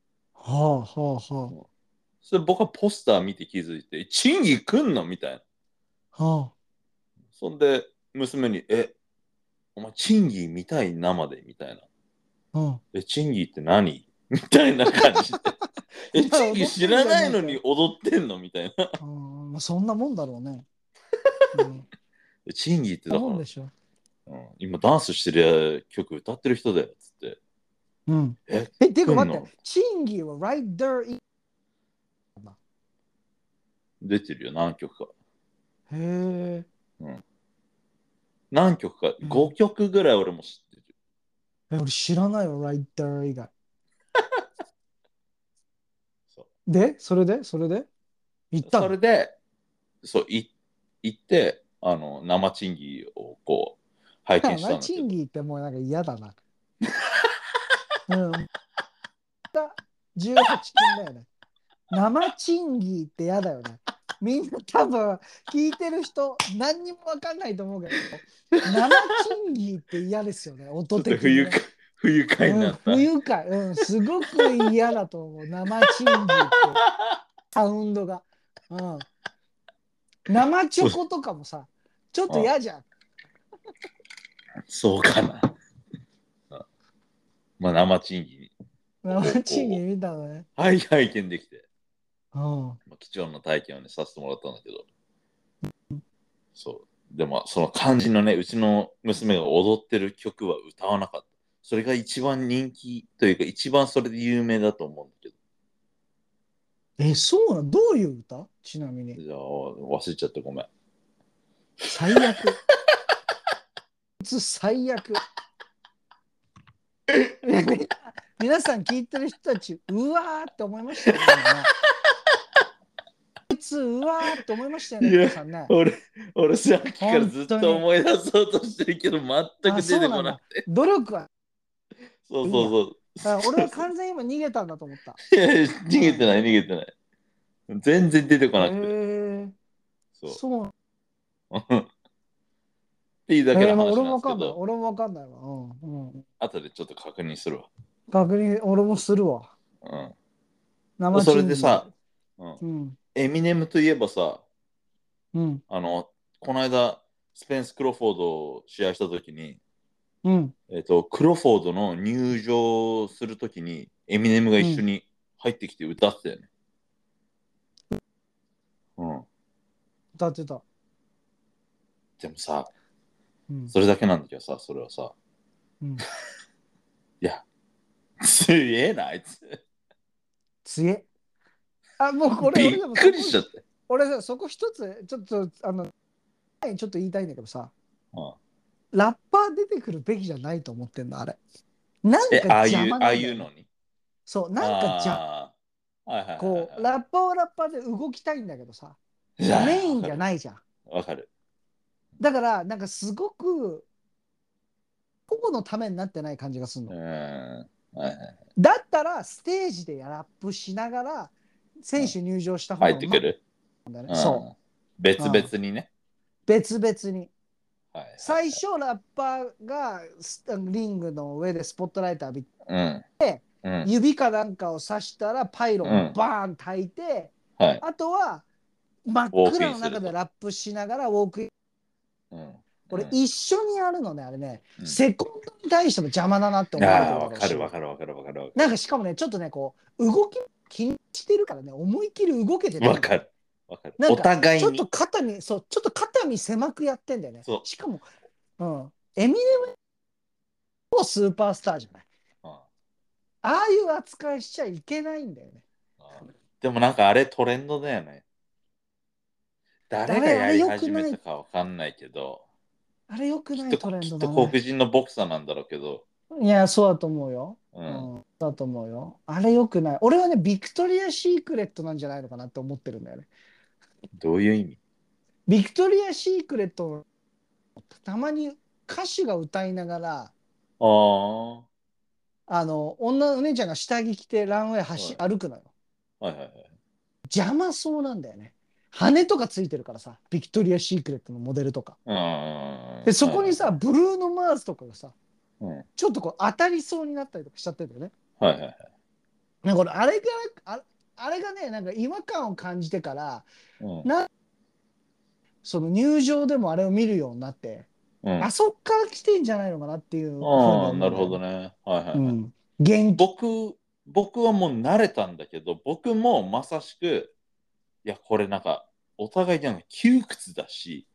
それ僕はポスター見て気づいて、チンギー来んのみたいな。そんで、娘に、お前、チンギー見たい生でみたいな。チンギーって何みたいな感じで。チンギー知らないのに踊ってんのみたいな。 そんなもんだろうね。 うん、 チンギってだから、 思うでしょ。 今ダンスしてる曲歌ってる人だよっつって。 うん。 え、 ていうか待って、 来んのチンギは right there in 出てるよ、何曲か。 へえ。 うん。何曲か、 うん、 5曲ぐらい俺も知ってる。 俺知らないよ、right there 以外。 そで、それで行っう。 たの？ それで、そう、行って、生チンギをこう、拝見したんだけど。 チンギってもうなんか嫌だな。うん。18禁だよね。生チンギって嫌だよね。みんな多分聞いてる人何にもわかんないと思うけど、生チンギって嫌ですよね、音ちょっと的にね。 不愉快にうん、 なった。 不愉快。うん、すごく嫌だと思う。生チンギってサウンドが。うん。生チそう、 ョコとかもさ、ちょっとあ、 嫌じゃん。 そうかな。まあ、生チンギを生チンギこ見たのね。 う、はい、拝見できて、 うん。 まあ、貴重な体験をね、させてもらったんだけど、そう。でも、その肝心のね、うちの娘が踊ってる曲は歌わなかった。それが一番人気というか、一番それで有名だと思うんだけど。 そうなの？どういう歌ちなみに。 じゃあ、忘れちゃってごめん。 最悪。最悪。皆さん聞いてる人たち、うわーって思いましたよね、今ね。こいつ、うわーって思いましたよね、 いや、 皆さんね。 俺さっきから本ずっ当に。 と思い出そうとしてるけど、全あ、 く出てそうなんだ。 こなくて。 努力はいいや。 そうそうだから俺はそう。 完全に今逃げたんだと思った。 いやいやうん。 逃げてない。全然出てこへなくて。 え、 そそう。 う。っていうだけのまあ、 話俺もわかんない。 なんですけど、 俺もわかんないわ。うん。うん。 後でちょっと確認するわ。 確認、俺もするわ。 うん。 生それ賃金。 でさ、うん。 うん。 エミネムといえばさ、 うん。 この間、スペンス・クロフォードを試合したときに、 うん。 クロフォードの入場するときに、エミネムがうん。 一緒に入ってきて歌ってたよね。うん。 歌ってた。 でもさ、 うん。 それだけなんだけどさ、それはさ、 うん。 いや、すげえな、あいつ。 強え。あ、もうこれ、俺でもびっくそこ、 りしちゃって。 俺さ、そこ一つ、ちょっと、前にちょっと言いたいんだけどさ、 うん、 ラッパー出てくるべきじゃないと思ってんの、あれ。なんか邪魔ああなんだよね。 いうのに。 そう、なんかああ、はいはいはいこう、 はラッパーはラッパーで動きたいんだけどさ、 い。いやー、 メインじゃわかる。 ないじゃん。 わかる。 だから、なんかすごく、個々のためになってない感じがするうん。 の。 はいはい。 だったら、ステージでラップしながら、 うん、 選手入場した方入がうまいってくる。 んだよね。そうん。別う。うん。 々にね。 別々に。 はいはい最初、ラッパーがリングの上でスポットライト浴びて、 はい。うん。うん。 指かなんかを刺したらパイロンうん。 バーン焚いて、 はい。 あとは真っウォークイ暗のンすると。 中でラップしながらウォークイン。 うん。う俺ん。 一緒にやるのね、あれね、 うん。 セコンドに対しても邪魔だなって思われてああ、 るだろうし、 わかるわかるわかるわかる。 なんかしかもね、ちょっとね、こう、動き気にしてるからね、思いっきり動けてないんだよ。 わかる。わかる。おなんか、ちょっと互いに。 肩身、そう、ちょっと肩身狭くやってんだよね。 そしかも、うん、エミネムもスーパースターじゃない。 う。うん。 ああいう扱いしちゃいけないんだよね。 でもなんかあれトレンドだよね。誰があれやり良くない、 始めたかわかんないけど、 あれ良くないトレンきっドだね。 と黒人のボクサーなんだろうけど、 いや、そうだと思うよ。 うん。 うん、だと思うよ。あれ良くない。俺はね、ビクトリア・シークレットなんじゃないのかなって思ってるんだよね。 どういう意味？ ビクトリア・シークレット、たまに歌手が歌いながら、 ああ、はお姉ちゃんが下着着てランウェイい。 歩くのよ。 はいはいはい。 邪魔そうなんだよね。羽とかついてるからさ、ビクトリア・シークレットのモデルとか。 うん。はで、 いはいはい。 そこにさ、ブルーノ・マーズとかがさ、 うん。 ちょっとこう当たりそうになったりとかしちゃってるんだよね。 はいはいはい。 なんか俺、あれがね、なんか違和感を感じてから、 うん。 な、その入場でもあれを見るようになって、 うん。 あそっから来てんじゃないのかなっていうふうにああ、なる思うんだよね。 ほどね。はいはいはい。 うん。元気。 僕はもう慣れたんだけど、僕もまさしく、いや、これなんか、お互いなんか窮屈だし、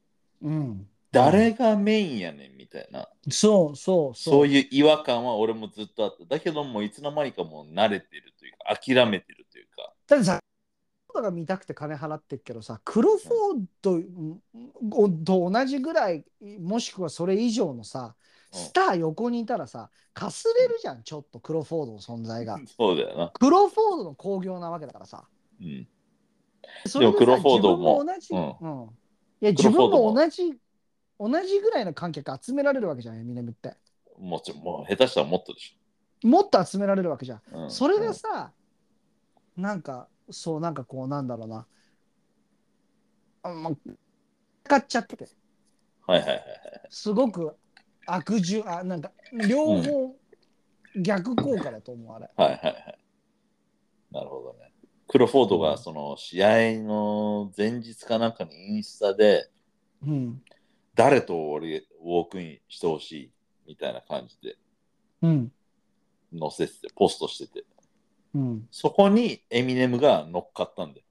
うん。 誰がメインやねんみたいな。 そうそうそそう。 ういう違和感は俺もずっとあった。だけども、いつの間にかもう慣れてるというか、諦めてるというか。 だってさ、が見たくて金払ってるけどさ、クロフォードと同じぐらい、もしくはそれ以上のさ、 うんスター横にいたらさ、かすれるじゃん、ちょっとクロフォードの存在が。 そうだよな。 クロフォードの興行なわけだからさ。 うん、 それでさ、 でもクロフォー自分もドも、 同じ、 うん、 うん。いや、 クロ自分フォードもも同じぐらいの観客集められるわけじゃん、エミネムって。 もちろん、もう下手したらもっとでしもっと集められるわけじゃん。 ょ。 それうん、うん。 がさ、なんか、そう、なんかこう、なんだろうな。まあ、使っちゃってて、 はいはいはいはい。 すごくなんか、両うん。 方逆効果だと思う、あれ。 はいはいはい。なるほどね。クロフォードがうん。 その試合の前日かなんかにインスタでうん。 誰と俺ウォークインしてほしいみたいな感じでうん。 載せてて、ポストしてて。 うん。 そこにエミネムが乗っかったんだよ。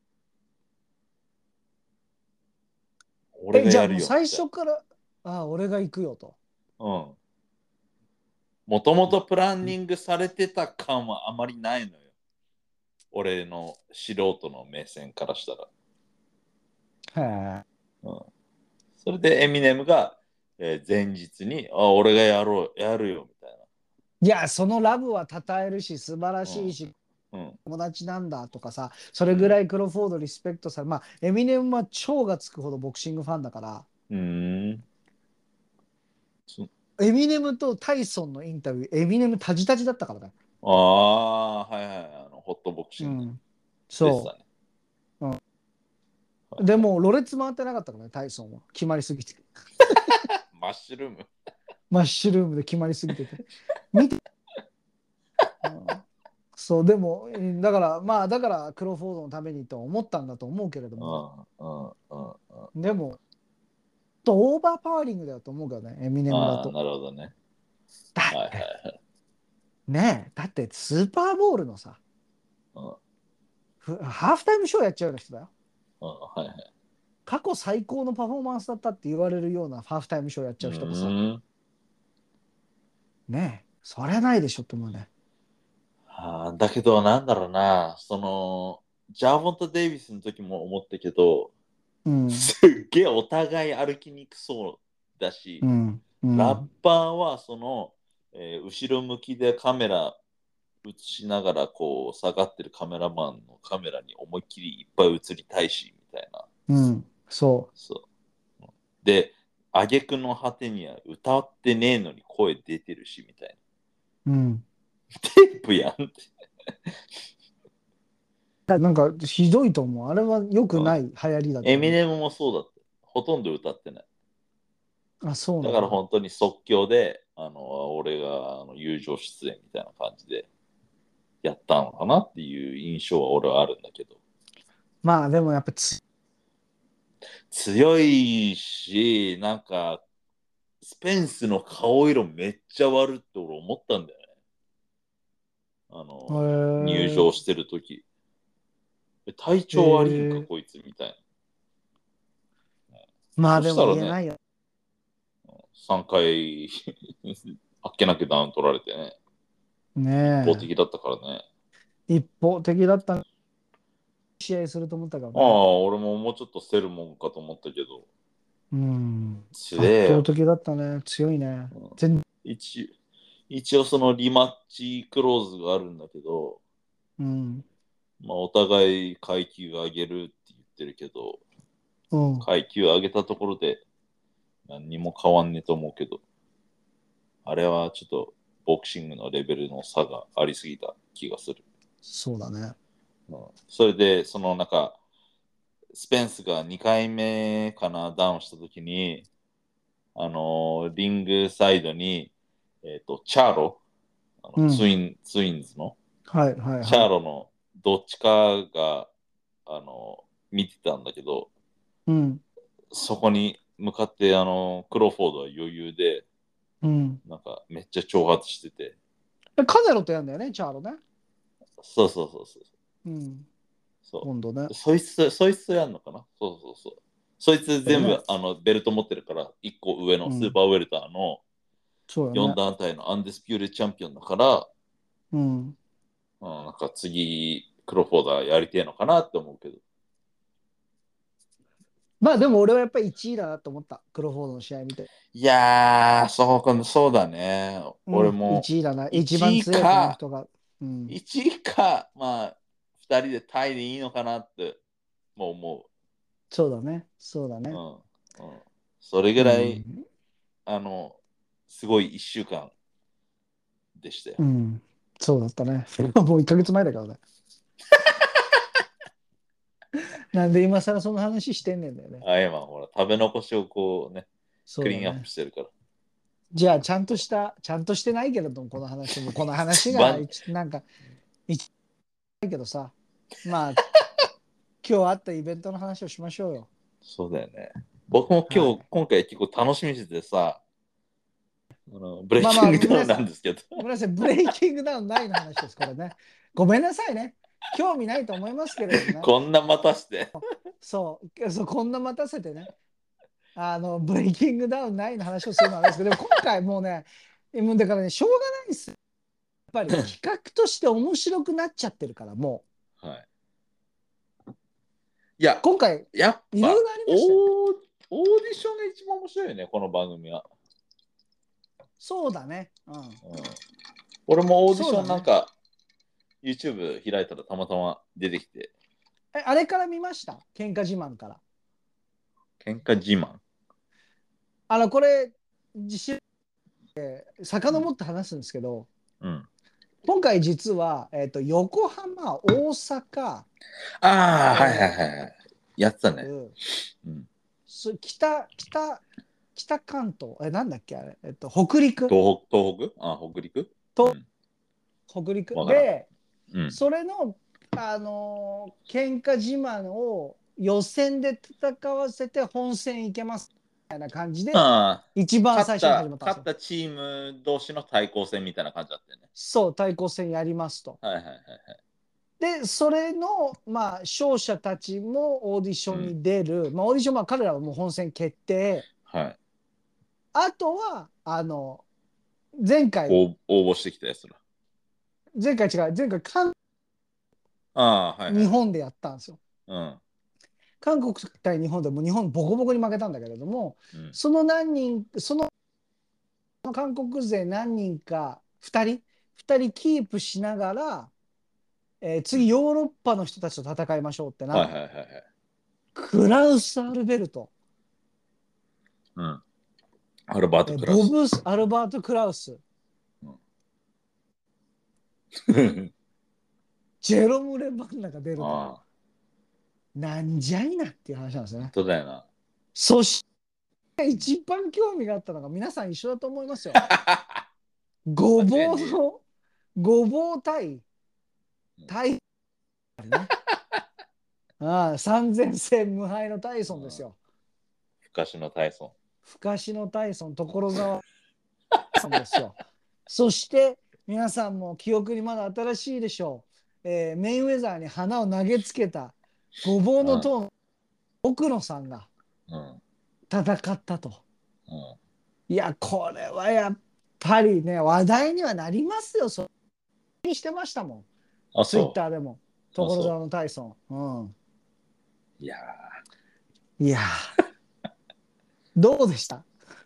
俺がじゃあやるもう最よみたい初から、俺が行くよと。 な。うん。もともとプランニングされてた感はあまりないのよ。俺の素人の目線からしたら。 へえ。 うん。それでエミネムが、前日に、俺がやるよみたいいや、そのラブは称えるし、素晴らな。 しいし、 うん。うん。 友達なんだとかさ、それうん。 ぐらいクロフォードリスペクトされ、まあ、エミネムは超がつくほどボクシングファンだから、 うーん。そエミネムとタイソンのインタビュー、エミネムタジタジだったからね。 ああ、はいはい。ホットボクシングうん。そでしたね。 う。うん。 はいはい。 でも、ろれつ回ってなかったからね、タイソンは。決まりすぎて。 マッシュルーム。 マッシュルームで決まりすぎてて。見て、うん、そう、でも、だから、まあ、だから、クロフォードのためにと思ったんだと思うけれどうも、 んうんうんうん。 でも、オーバーパワーリングだと思うけどね、エミネムだああ、 と。 なるほどね。 だはいはいって、 はい。 ねえ、だってスーパーボールのさ、 うんハーフタイムショーやっちゃうような人だよ。 うんはいはい。 過去最高のパフォーマンスだったって言われるようなハーフタイムショーやっうちゃう人がさ、 ーん。 ねえ、そりゃないでしょって思うね。 だけど、なんだろうな、ジャーボント・デイビスの時も思ったけど、 うん、 すっげえお互い歩きにくそうだし、 うん、うラッん、 パーは後ろ向きでカメラ映しながらこう下がってるカメラマンのカメラに思いっきりいっぱい映りたいし、みたいな。 うん、そそう。で、挙句の果てには歌ってねえのに声出てるし、みたいう。うん。 な。テープやんって。 なんかひどいと思う。あれは良くうん。 ない流行りだと思エミネムもそうだった。ほとんど歌ってない。 う。あ、そうだからなんだ。 本当に即興で、俺が友情出演みたいな感じでやったのかなっていう印象は俺はあるんだけど。 まあでもやっぱ強いし、なんか、スペンスの顔色めっちゃ悪って俺思ったんだよね。 へえ、 入場してる時体へ調悪いんか、 え、 こいつみたいな。そまあでもしたらね、 言えないよ。 3回あっけなくダウン取られてね、一方ね的だったからね。 え。一方的だった試合すると思ったからね。 俺ももうちょっとせるもんかと思ったけど、 うん。 強圧えよ。 倒的だったね。強いね。 うん、 全然。 一応そのリマッチクローズがあるんだけど、 うん。 まあ、お互い階級上げるって言ってるけど、 うん。 階級上げたところで何にも変わんねえと思うけど、あれはちょっとボクシングのレベルの差がありすぎた気がする。 そうだね。 それで、スペンスが2回目かな、ダウンしたときに、リングサイドに、チャーロ、 うん。 ツインズの、 はいはいチャはい。 ーロのどっちかが、見てたんだけど、 うん。 そこに向かって、クロフォードは余裕で、 うん。 なんか、めっちゃ挑発してて、 カネロとやんだよね、チャーロね。 そうそうそうそう。 うん。 そ今度ね。 そいつとやんのかなそうそうそう。 そいつ全部、 ねベルト持ってるから、1個上のスーパーウェルターの4 そうだね。 団体のアンディスピューテチャンピオンだから、 うん。 なんか次、クロフォーダーやりてえのかなって思うけど。 まあでも俺はやっぱり1位だなと思った。クロフォードの試合見て。 いやー、そうだね。 うん、 俺も 1位だな。一番 1位強いこのか、 人が。うん。 1位か、まあ、2人でタイでいいのかなってもう思そうだね。そうだう。うね。 ん。うん。それぐうらい、 ん。 すごい1週間でしたよ。 うん。そうだったね。もう1ヶ月前だからね。なんで今更その話してんねんだよね。 今ほら、食べ残しをこうね、クリーンアップそうだね。 してるから。 じゃあ、ちゃんとしてないけれども、この話がばなんか、一ないけどさ、まあ、今日あったイベントの話をしましょうよ。 そうだよね。僕もはい。 今回結構楽しみにしててさ、ブレイまあまあ、 キングダウン皆さん、 なんですけど。 ごめんなさい、ブレイキングダウンないの話です、これね。ごめんなさいね。興味ないと思いますけれどもね。 こんな待たして。 こんな待たせてね。ブレイキングダウンないの話をするのはあれですけど、でも今回もうね、もうだからね、しょうがないです。やっぱり企画として面白くなっちゃってるから、もはい。いや、 う、今回、 やっいろいぱろありましたよ。 オーディションが一番面白いよね、この番組は。 そうだね。うん。 うん、俺もオーディショそうだね。 ンなんか、YouTube 開いたらたまたま出てきて、 あれから見ました喧嘩自慢から。 喧嘩自慢。 これ、自遡って話すんですけど、 うん。 今回実は、横浜、大阪、 ああ、はいはいえはいはい。やってたね。 ーうん、 北関東、なんだっけあれ、北陸東北北陸。うとん。 北陸わからん。 で、 うん。 それの、喧嘩自慢を予選で戦わせて本戦行けますみたいな感じで、 ああ、 一番最初に始まったんですよ。 勝ったチーム同士の対抗戦みたいな感じだったよね。 そう、対抗戦やりますと。 はいはいはいはい。 で、それの、まあ、勝者たちもオーディションに出る。まあ、オーディション、まあ、彼らはもう本戦決定。 はい。 あとは、前回、 応募してきたやつら。 前回、 ああ、はいはいはい。 日本でやったんですよ。 うん。 韓国対日本でも日本ボコボコに負けたんだけれども、 うん。 その韓国勢何人か、2人キープしながら、次ヨーロッパの人たちと戦いましょうってなっはいはいはいはい。 クラウス・アルベルト、 うん。アルバート・クラス。 アルバート・クラウス、 うん、 ジェロム・レバンナが出るという、 ああ、 なんじゃいなっていう話なんですよ本ね。 当だよな。 そして一番興味があったのが皆さん一緒だと思いますよ。ご間違いねえよ。 ぼうの、ごぼう対、ね。3000戦無敗のタイソンですよ。 昔のタイソ深志のタイソン、所沢さんですよ。そして皆さんも記憶にまだ新しいでしょう。メインウェザーに花を投げつけたごぼうン。うん。 の塔の奥野さんがうん。 戦ったと。 うん。 いや、これはやっぱりね、話題にはなりますよ。そうにしてましたもん。 あ、 ツイッそターでも。 う。あ、そ所沢のタイソン。うん。 う。いやいやどうでした？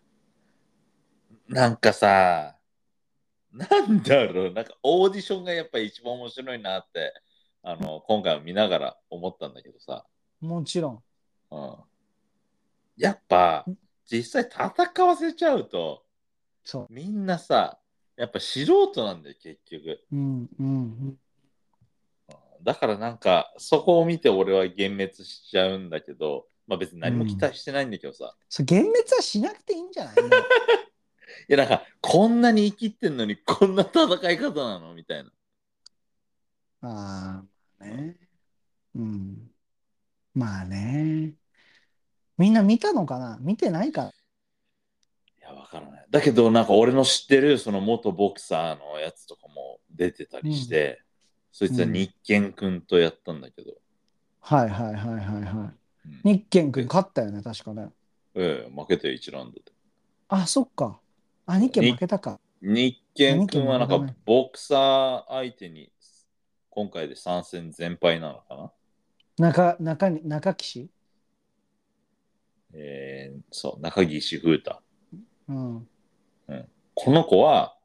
なんかさ、なんだろう、なんかオーディションがやっぱり一番面白いなって、今回見ながら思ったんだけどさ、 もちろん。 うん。やっぱ、実際戦わせちゃうと、 そみんなさ、やっぱ素人なんだよ、結局。 う。うんうん。 だからなんか、そこを見て俺は幻滅しちゃうんだけど、まあ別に何も期うん。 待してないんだけどさ。 幻滅はしなくていいんじゃないもいやなんか、こんなに生きってんのにこんな戦い方なのみたいな。 う。ああ、 うん、 ね。うん。まあね。みんな見たのかな見てないかいや、わからない。だけど、なんか俺の知ってるその元ボクサーのやつとかも出てたら。 りうん。 して、そいつはうん。 日健くんとやったんだけど、 はいはいはいはいはい。 日健君勝ったよね、確かね。 負けて1ラウンドで。 あ、そっか。あ、日健負けたか。 日健君はなんか日健負けたねボクサー相手に今回で3戦全敗なのかな。 中岸そう、中岸風太。 うん。 この子は、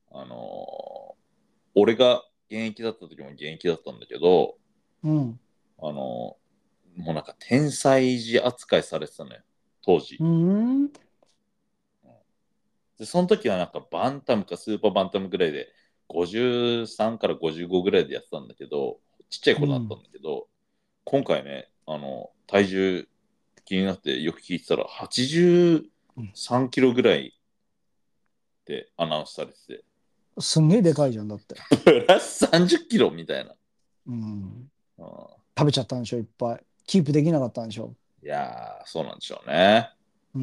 俺が現役だった時も現役だったんだけど、 うん。 もうなんか天才児扱いされてたのよ、当時。 うん。 で、その時はなんかバンタムかスーパーバンタムぐらいで、53から55ぐらいでやってたんだけど、ちっちゃい子だったんだけど、今回ね、体重気になってよく聞いてたら、83キロぐらいでアナウンスされてて、 すんげえでかいじゃんだって。 プラス30キロみたいな。 うん。 うん、 食べちゃったんでしょ、いっぱい。キープできなかったんでしょ。 いやー、そうなんでしょうね。 うん。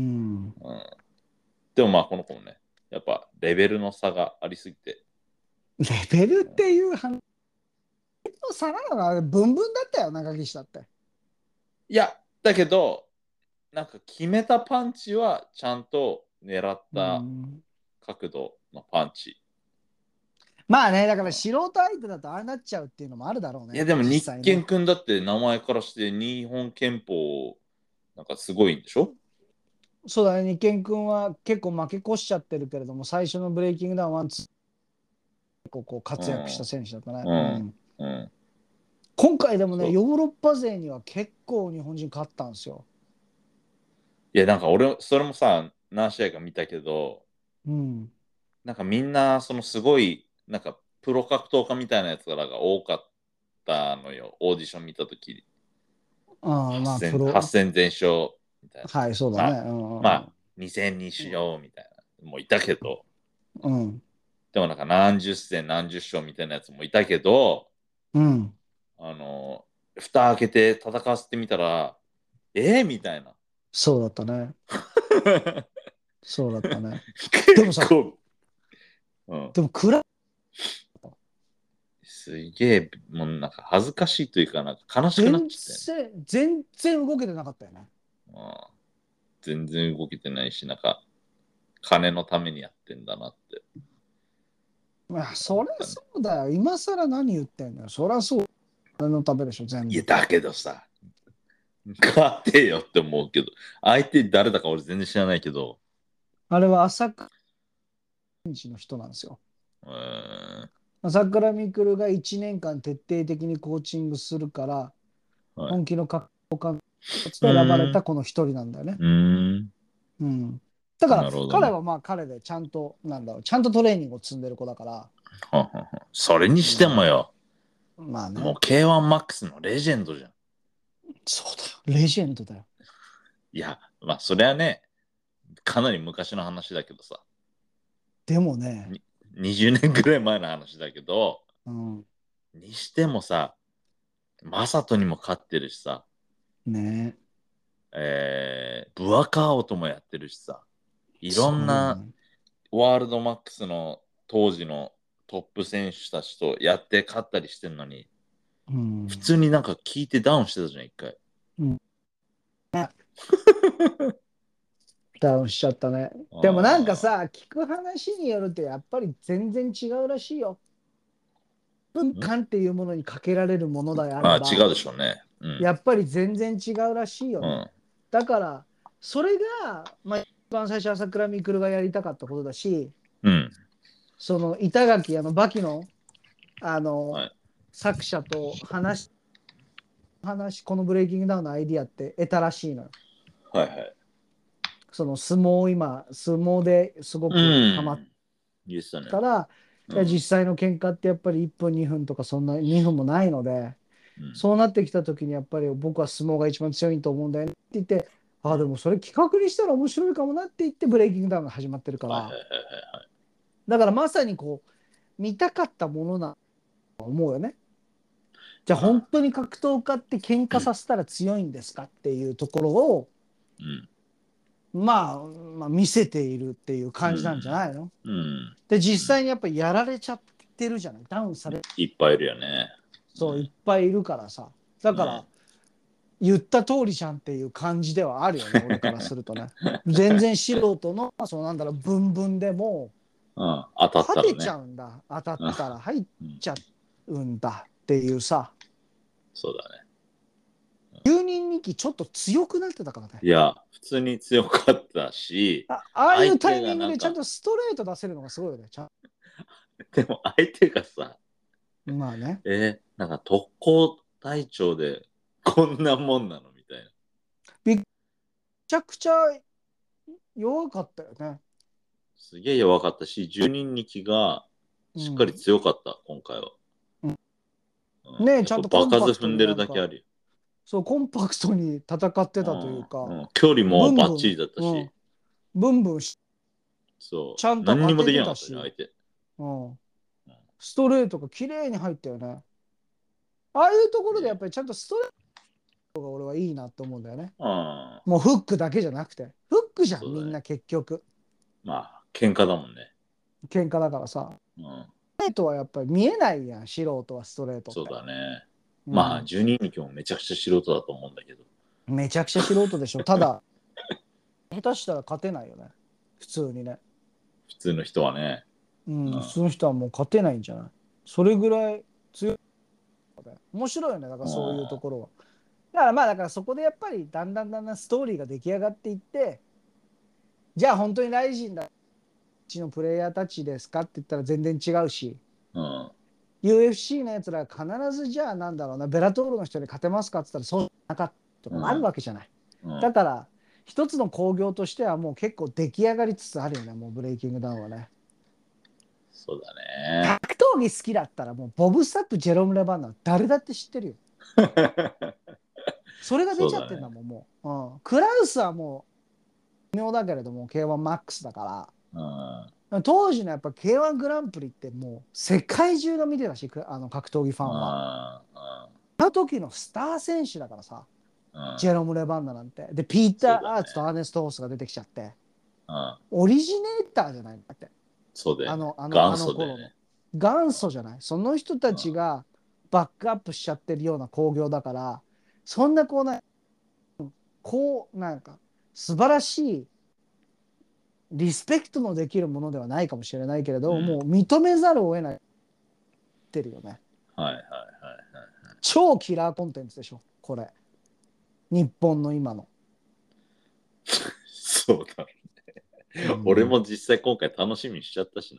でもまあ、この子もね、やっぱレベルの差がありすぎて。 レベルっていう話の差なのがブンブンだったよ、中岸だって。 いや、だけど、なんか決めたパンチはちゃんと狙った角度のパンチ。 まあね、だから素人相手だとああなっちゃうっていうのもあるだろうね。 いや、でも日実際ね健君だって名前からして日本拳法なんかすごいんでしょ。 そうだね、日健君は結構負け越しちゃってるけれども、最初のブレイキングダウンワンツー、結構こう活躍した選手だったね。今回でもね、ヨーロッパ勢には結構日本人勝ったんですよ。 いや、なんか俺、それもさ、何試合か見たけど、なんかみんな、そのすごい、なんかプロ格闘家みたいなやつらが多かったのよ、オーディション見たとき。 まあ、プロ。 8戦全勝みたいな。 はい、そうだね。 まあ、2戦2勝みたいな。もういたけど。でもなんか何十戦何十勝みたいなやつもいたけど、蓋開けて戦わせてみたら、みたいな。 そうだったね。そうだったね。でもさ、でもすげえ、もうなんか恥ずかしいというか、なんか悲しくなっちゃって、 全然動けてなかったよね。 全然動けてないし、なんか、金のためにやってんだなって。 まあ、そりゃそうだよ。今更何言ってんのよ。そりゃそう。金のためでしょ、全部。 いや、だけどさ、勝てよって思うけど、相手誰だか俺全然知らないけど。 あれは朝倉未来の人なんですよ。朝倉未来が1年間徹底的にコーチングするから、本気の格闘家として選ばれたこの一人なんだよね。だから彼はまあ彼でちゃんとちゃんとトレーニングを積んでる子だから。 それにしてもよ、 まあね。 もう K1MAX のレジェンドじゃん。 そうだよ、レジェンドだよ。 いや、まあそれはね、かなり昔の話だけどさ。 でもね、 20年ぐらい前の話だけど、にしてもさ、マサトにも勝ってるしさ、 ねブアカーオともやってるしさ、いろんなワールドマックスの当時のトップ選手たちとやって勝ったりしてんのに、普通になんか聞いてダウンしてたじゃん、一回。 ダウンしちゃったね。でもなんかさ、聞く話によるとやっぱり全然違うらしいよ。文化っていうものにかけられるものであれば、 違うでしょうね。 やっぱり全然違うらしいよね。だからそれが、まあ、一番最初朝倉未来がやりたかったことだし、その板垣バキの作者と話このブレイキングダウンのアイディアって得たらしいのよ。その相撲ですごくハマったら、実際の喧嘩ってやっぱり1分2分とかそんな2分もないので、そうなってきた時にやっぱり僕は相撲が一番強いと思うんだよねって言って、でもそれ企画にしたら面白いかもなって言ってブレイキングダウンが始まってるから、だからまさにこう見たかったものなと思うよね。じゃあ本当に格闘家って喧嘩させたら強いんですかっていうところを、まあ見せているっていう感じなんじゃないの？で実際にやっぱりやられちゃってるじゃない、ダウンされいっぱいいるよね。 そういっぱいいるからさ、だから、 言った通りじゃんっていう感じではあるよね、俺からするとね。全然素人の、そうなんだろう、ブンブンでも、 うん、当たったらね。 勝てちゃうんだ。当たったら入っうん、 ちゃうんだっていうさ、 そうだね。 10人2期ちょっと強くなってたからね。 いや、普通に強かったし、 ああいうタイミング相手がなんかでちゃんとストレート出せるのがすごいよね。 でも相手がさ、 まあね。 なんか特攻隊長でこんなもんなのみたいな。 めちゃくちゃ弱かったよね。 すげえ弱かったし、10人2機がしっかり強かった、今回は。 うんうん、 ねえ、 やっちゃんとぱ場コンパクト数踏んでるになんか、 だけあるよ。 そう、コンパクトに戦ってたというか、 距離もバッチブンブン、 リだったし、 ブンブンそう、 ちゃんと何にも当てできなかったね、 てたし、 相手。 ストレートが綺麗に入ったよね。ああいうところでやっぱりちゃんとストレートが俺はいいなと思うんだよね。もうフックだけじゃなくて。フックじゃん、みんな結局。 まあ、喧嘩だもんね。 喧嘩だからさ。ストレートはやっぱり見えないやん、素人はストレートって。 そうだね。まあ、12人もめちゃくちゃ素人だと思うんだけど。 めちゃくちゃ素人でしょ。ただ、下手したら勝てないよね。普通にね。 普通の人はね。 普通の人はもう勝てないんじゃない？それぐらい強い。面白いよね、だからそういうところは。だからだからそこでやっぱりだんだんストーリーが出来上がっていって、じゃあ本当にライジンだちのプレイヤーたちですかって言ったら全然違うし、UFC のやつら必ずじゃあなんだろうな、ベラトールの人に勝てますかって言ったらそうじゃなかったとかもあるわけじゃない。だから一つの興行としてはもう結構出来上がりつつあるよね、もうブレイキングダウンはね。 そうだね。 格闘技好きだったらもうボブ・サップ、ジェロム・レバンナー誰だって知ってるよ。それが出ちゃってんだもん、もう。クラウスはもう微妙だけれども K1 マックスだから、当時のやっぱ K1 グランプリってもう世界中が見てたし、格闘技ファンは。あの時のスター選手だからさ、ジェロム・レバンナなんて。で、ピーター・アーツとアーネスト・ホースが出てきちゃって、オリジネーターじゃないんだって。 そうだよ、 元祖頃の。元祖じゃない。その人たちがバックアップしちゃってるような興行だから、そんななんか素晴らしいリスペクトのできるものではないかもしれないけれど、もう認めざるを得ないってるよね。超キラーコンテンツでしょ、これ。日本の今の。 そうだね。俺も実際今回楽しみにしちゃったしな。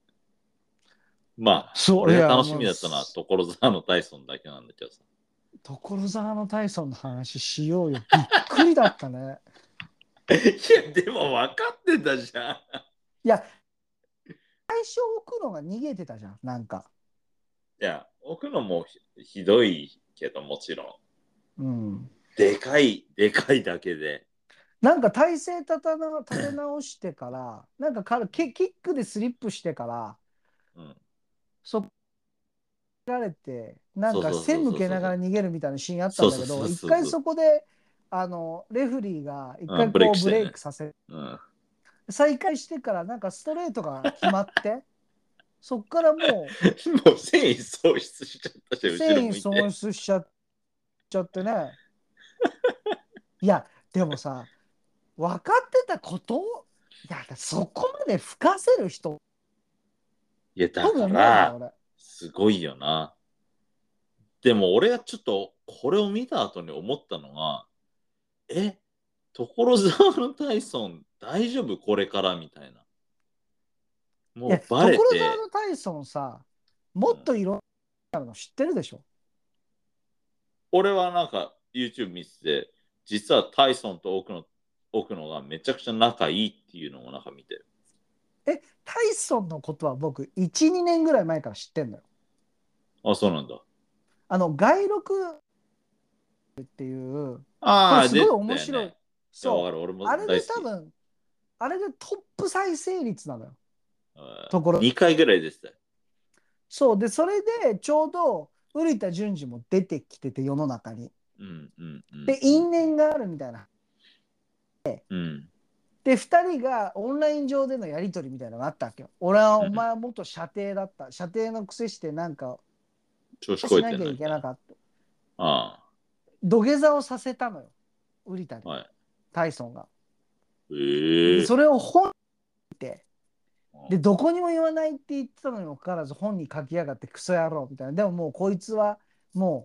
まあ、俺が楽しみだったのは所沢のタイソンだけなんだけどさ。 所沢のタイソンの話しようよ。びっくりだったね。 いや、でも分かってたじゃん。 いや、最初奥野が逃げてたじゃん、なんか。 いや、奥野もひどいけど、もちろん。 でかいだけで。 なんか体勢立て直してから、なんかキックでスリップしてから、そっられて、なんか背向けながら逃げるみたいなシーンあったんだけど、一回そこで、レフリーが一回こうブレイクさせる。再開してからなんかストレートが決まってそっからもう繊維喪失しちゃったし、 繊維喪失しちゃってね。いやでもさ、分かってたこといやそこまで吹かせる人、 いやだからすごいよな。でも俺はちょっとこれを見た後に思ったのが、所沢のタイソン大丈夫これからみたいな。もうバレて。 所沢のタイソンさ、もっといろんなの知ってるでしょ。 俺はなんか YouTube 見てて、実はタイソンと奥野がめちゃくちゃ仲いいっていうのをなんか見てる。 タイソンのことは僕1、2年ぐらい前から知ってんのよ。 あ、そうなんだ。 外録っていう、これすごい面白い。 そう、俺もあれで多分、あれでトップ再生率なのよ。 2回ぐらいでした。 そうで、それでちょうど瓜田淳二も出てきてて世の中に。で、因縁があるみたいな。で、2人がオンライン上でのやり取りみたいなのがあったわけよ。俺はお前は元射程だった。射程の癖してなんか調子こいてしなきゃいけなかった。 土下座をさせたのよ、瓜田に、 はい。 タイソンが。 ええそれを本でうんどこにも言わないって言ってたのにもかかわらず本に書きやがってクソ野郎みたいな。でももうこいつはも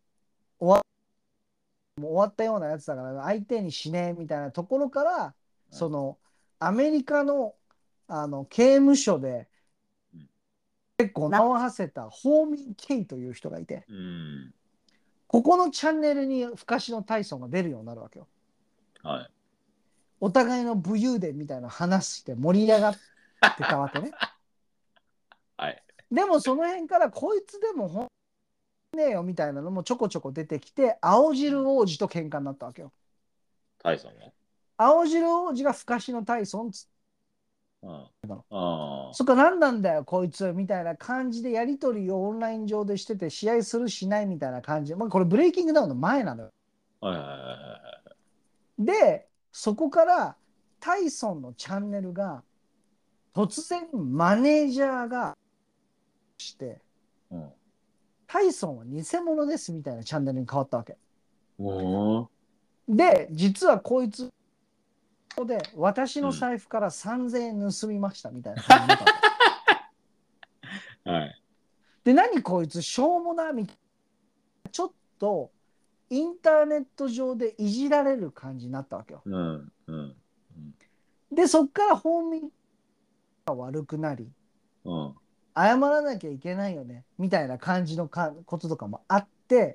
う終わったようなやつだから相手にしねえみたいなところから、そのアメリカの刑務所でうん結構名を馳せたホーミー・ケイという人がいて、 うん。 ここのチャンネルに不可視のタイソンが出るようになるわけよ。 はい。 お互いの武勇伝みたいなの話して盛り上がってたわけね。 はい。 でもその辺からこいつでもほんねえよみたいなのもちょこちょこ出てきて、青汁王子と喧嘩になったわけよ。 タイソンが。 青汁王子が不可視のタイソンつうん。あそっか何なんだよこいつみたいな感じでやり取りをオンライン上でしてて、試合するしないみたいな感じで、まあ、これブレイキングダウンの前なのよ。 あ。はいはいはいはでそこからタイソンのチャンネルが突然マネージャーがしてい。うん。 タイソンは偽物ですみたいなチャンネルに変わったわけおーで、実はこいつで私の財布から3000円盗みましたみたいな感じになったわけはい。 で、何こいつしょうもなみたいな、ちょっとインターネット上でいじられる感じになったわけよ。 うん。うん。 で、そっからホーミーが悪くなり、 うん。 謝らなきゃいけないよねみたいな感じのこととかもあって、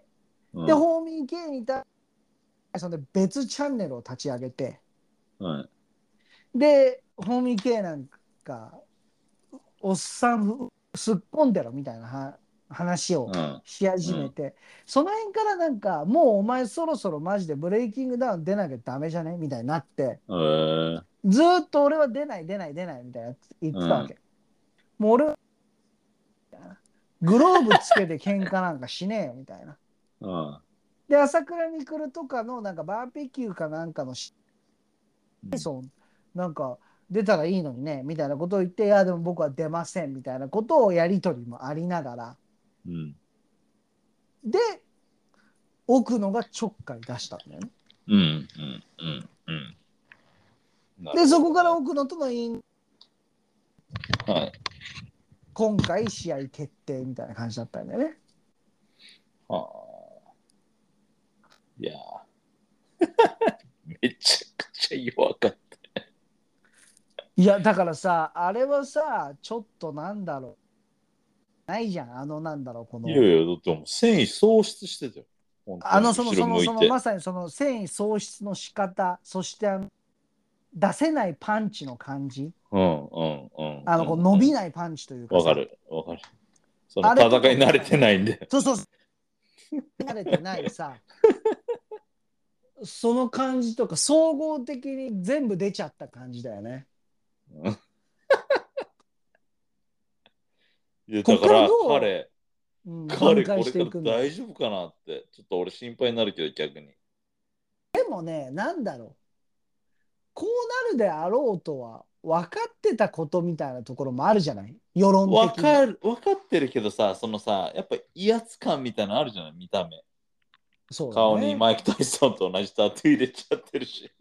うん。 で、ホーミー系に対してそんで別チャンネルを立ち上げて、で、ホーミー系なんか、おっさんすっこんでろみたいな話をうん。 し始めて、その辺からなんかもうお前そろそろマジでブレイキングダウン出なきゃダメじゃねみたいになって、ずっと俺は出ないみたいな言ってたわけ。もう俺はグローブつけて喧嘩なんかしねえよみたいな。 うん。 で、朝倉未来とかのなんかバーベキューかなんかのなんか出たらいいのにねみたいなことを言って、いやでも僕は出ませんみたいなことをやり取りもありながら、 うん。 で奥野がちょっかい出したんだよね。 うん。うん。うん。 でそこから奥野とのはい。 今回試合決定みたいな感じだったんだよね。 はあ。いやめちゃくちゃ弱かった。 いやだからさ、あれはさちょっとなんだろうないじゃん、なんだろうこのいやいや、だってもう繊維喪失してたよ。本当に後ろ向いて。 まさにその繊維喪失の仕方、そして出せないパンチの感じ、 うんうんうん。 こう伸びないパンチというかさ、 わかるわかる。その戦い慣れてないんで。 そう慣れてないさその感じとか総合的に全部出ちゃった感じだよね。 いやだからこ彼これから大丈夫かなって、ちょっと俺心配になるけど逆に。 でもね、なんだろう。こうなるであろうとは分かってたことみたいなところもあるじゃない、世論的に。 分かってるけどさ、そのさ、やっぱ威圧感みたいなのあるじゃない、見た目。 そうだね、 顔にマイク・タイソンと同じタトゥー入れちゃってるし。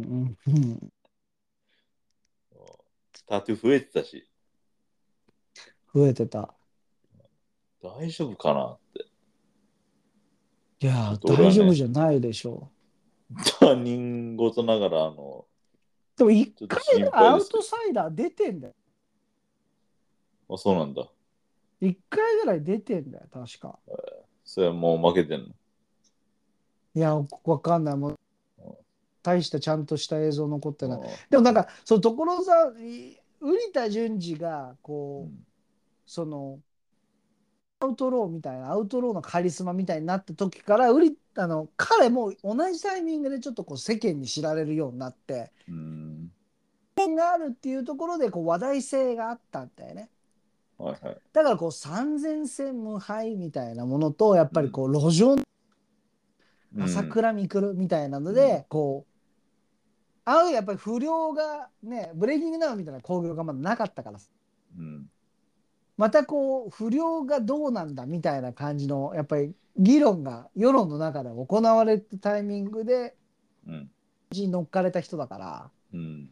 タトゥー増えてたし。 増えてた。 大丈夫かなって。 いや、大丈夫じゃないでしょう。他人事ながら、 でも一回アウトサイダー出てんだよ。 あ、そうなんだ。 一回ぐらい出てんだよ、確か。 それはもう負けてんの？ いや、わかんない。もう大したちゃんとした映像残ってない。でもなんか、その所沢、瓜田淳二が、こう、その、アウトローみたいな、アウトローのカリスマみたいになった時から、彼も同じタイミングでちょっとこう世間に知られるようになって、があるっていうところでこう話題性があったんだよね。 はいはい、 だからこう3000戦無敗みたいなものと、やっぱりこう路上朝倉未来みたいなので、こうやっぱり不良がね、ブレイキングダウンみたいな興行がまだなかったから、またこう不良がどうなんだみたいな感じのやっぱり議論が世論の中で行われたタイミングでうん。 に乗っかれた人だからうん。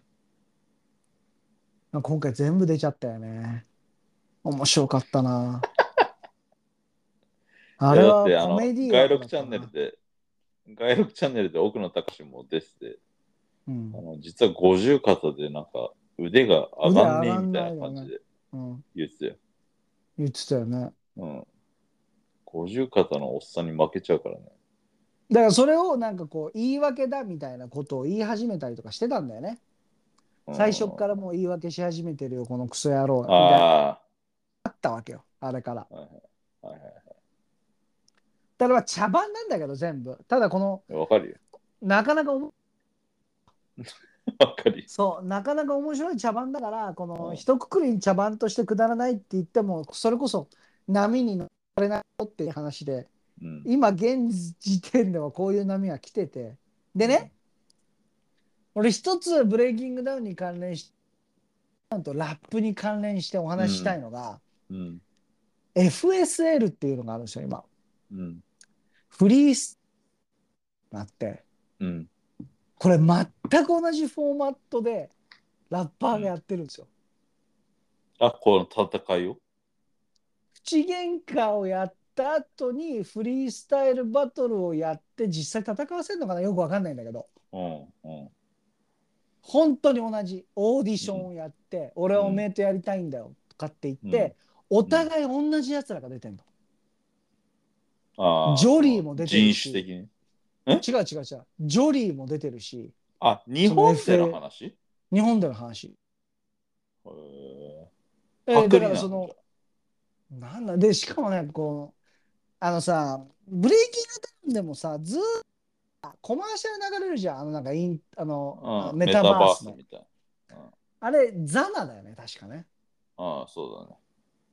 今回全部出ちゃったよね。面白かったな。あいや、 れだって、 はコメディ外枠だ録チャンネルったな。 で、外録チャンネルで奥野隆も出てて、 うん、 実は50肩でなんか腕が上腕がん上がんねえみたいなないよね。 感じでうん、 言ってたよ。 言ってたよね。 うん。50肩のおっさんに負けちゃうからね。 だからそれをなんかこう言い訳だみたいなことを言い始めたりとかしてたんだよね。 うん。 最初からもう言い訳し始めてるよ、このクソ野郎みたいなああったわけよ、あれから。 あ。はいはい。はいはい。 だから茶番なんだけど全部。ただこのわかるよ。 なかなかわかるよ。 そうなかなか面白い茶番だからこのうん。 一括りに茶番としてくだらないって言ってもそれこそ波に乗れないよっていう話でうん。 今現時点ではこういう波が来ててでね、俺一つブレイキングダウンに関連してなんとラップに関連しておうん。 話ししたいのが、 うん。 FSL っていうのがあるんですよ今。 うん。 フリースがあってうん。 これ全く同じフォーマットでラッパーがやってるんですよ。 あ、この戦いを。 口喧嘩をやった後にフリースタイルバトルをやって実際戦わせるのかなよくわかんないんだけどうん。うん。 本当に同じオーディションをやって俺はおめえとやりたいんだよとかって言ってお互い同じやつらが出てんの。 ああ、 ジョリーも出てる人種し的に。 違う違う違うジョリーも出てるしあ、日その本での FA 話。 日本での話。 へえ。パだクリなのじゃ。 からそのなんだでしかもねこうさブレイキングダウンでもさずっとコマーシャル流れるじゃんなんかうん。 メタメタバーバースのスみたいな。うん。 あれザナだよね確かね。 ああ、そうだね。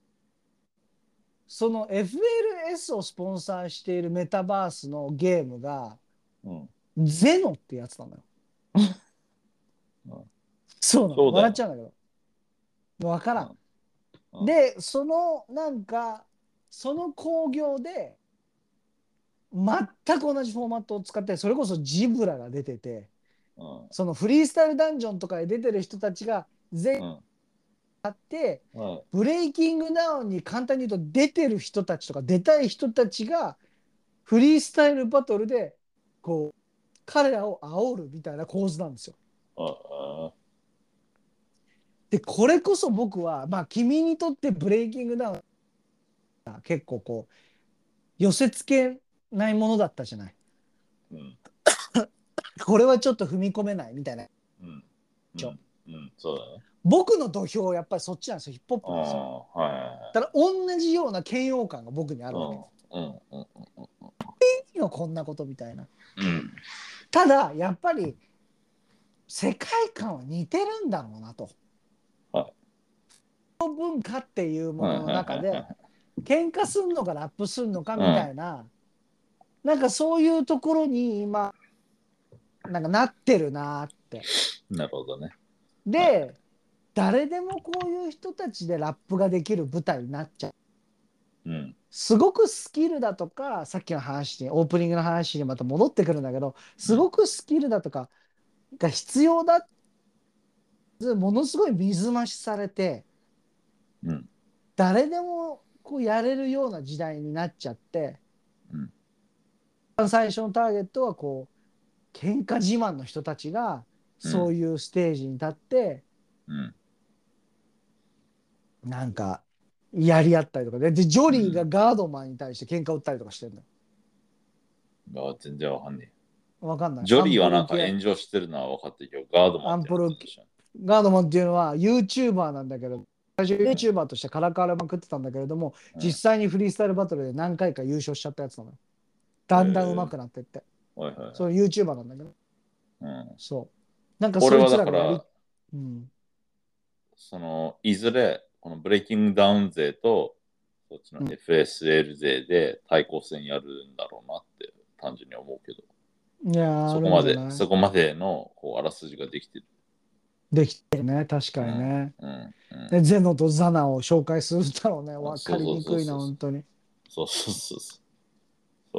その FLS をスポンサーしているメタバースのゲームがうん。 ゼノってやつなのよ。 うん、 そうなのそうだよ。 笑っちゃうんだけど分からん。 うん。うん。 でそのなんかその興行で全く同じフォーマットを使ってそれこそジブラが出ててうん。 そのフリースタイルダンジョンとかで出てる人たちが全員うん。 あってうん。 ブレイキングダウンに簡単に言うと出てる人たちとか出たい人たちがフリースタイルバトルでこう彼らを煽るみたいな構図なんですよ。 あでこれこそ僕はまあ君にとってブレイキングダウンは結構こう寄せ付けないものだったじゃない。 うん。 これはちょっと踏み込めないみたいな。 うん。うん。うん。そうだね。 僕の土俵はやっぱりそっちなんですよヒップホッあプなんですよ。 あ、はいはいはい。 だから同じような嫌悪感が僕にあるわけ。 うん。うん。うん。 いいのこんなことみたいな。 うん。 ただやっぱり世界観は似てるんだろうなと。 はい。 文化っていうもはいののはいはいは中でい。 喧嘩すんのかラップすんのかみたうん。 いななんかそういうところに今なんかなってるなって。 なるほどね。はい。 で誰でもこういう人たちでラップができる舞台になっちゃう。 うん。 すごくスキルだとかさっきの話にオープニングの話にまた戻ってくるんだけどすごくスキルだとかが必要だものすごい水増しされてうん。 誰でもこうやれるような時代になっちゃってうん。 最初のターゲットはこう喧嘩自慢の人たちがうん。 そういうステージに立ってうん。 なんかやり合ったりとかでジョリーがうん。 ガードマンに対して喧嘩売ったりとかしてるのよ。 あ、全然わかんねわかんなえ。 いアンジョリーはなんかプル系炎上してるのは分かってるけど、ガードマンってアンプルなんでしょガードマンっていうのは YouTuber なんだけど最初 YouTuber としてからかわれまくってたんだけれどもう。うん。 実際にフリースタイルバトルで何回か優勝しちゃったやつなのよ。だんだん上手くなってってはいはいはい。 その YouTuber なんだけどうん。 そうなんかこれはそいつだから、 らがやりうんいずれ、このブレイキングダウン勢と、そっちの FSL 勢で対抗戦やるんだろうなって単純に思うけど、 いやあるんそこまで、 じゃないそこまでのこうあらすじができてる。 できてるね確かうん。 にね。 うん。うん。 でゼノとザナを紹介するんだろうね分かそうそうそりにくいなうそう。 本当に。 そうそうそうそう。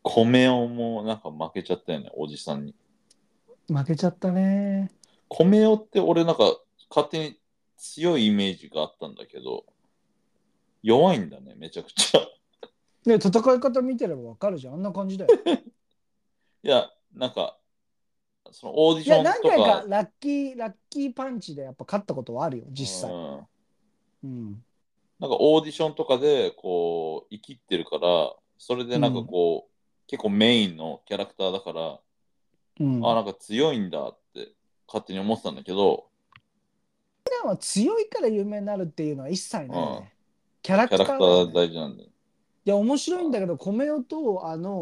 米をもなんか負けちゃったよね、おじさんに。 負けちゃったね。 米をって俺なんか勝手に強いイメージがあったんだけど、弱いんだね、めちゃくちゃ。 ね、戦い方見てればわかるじゃん。あんな感じだよ。 いや、なんか、そのオーディいや、 ション何回かとか、 ラッキーパンチでやっぱ勝ったことはあるよ、 う実際。 ん、 うん。 なんかオーディションとかでこう生きってるから、それでなんかうん。 こう、結構メインのキャラクターだから、あ、 うん。 なんか強いんだって勝手に思ってたんだけど、 普段は強いから有名になるっていうのは一切うん、 ないよね。キャラクキャラクターターだよね。 大事なんだよ。 いや、面白いんだけど、米代と、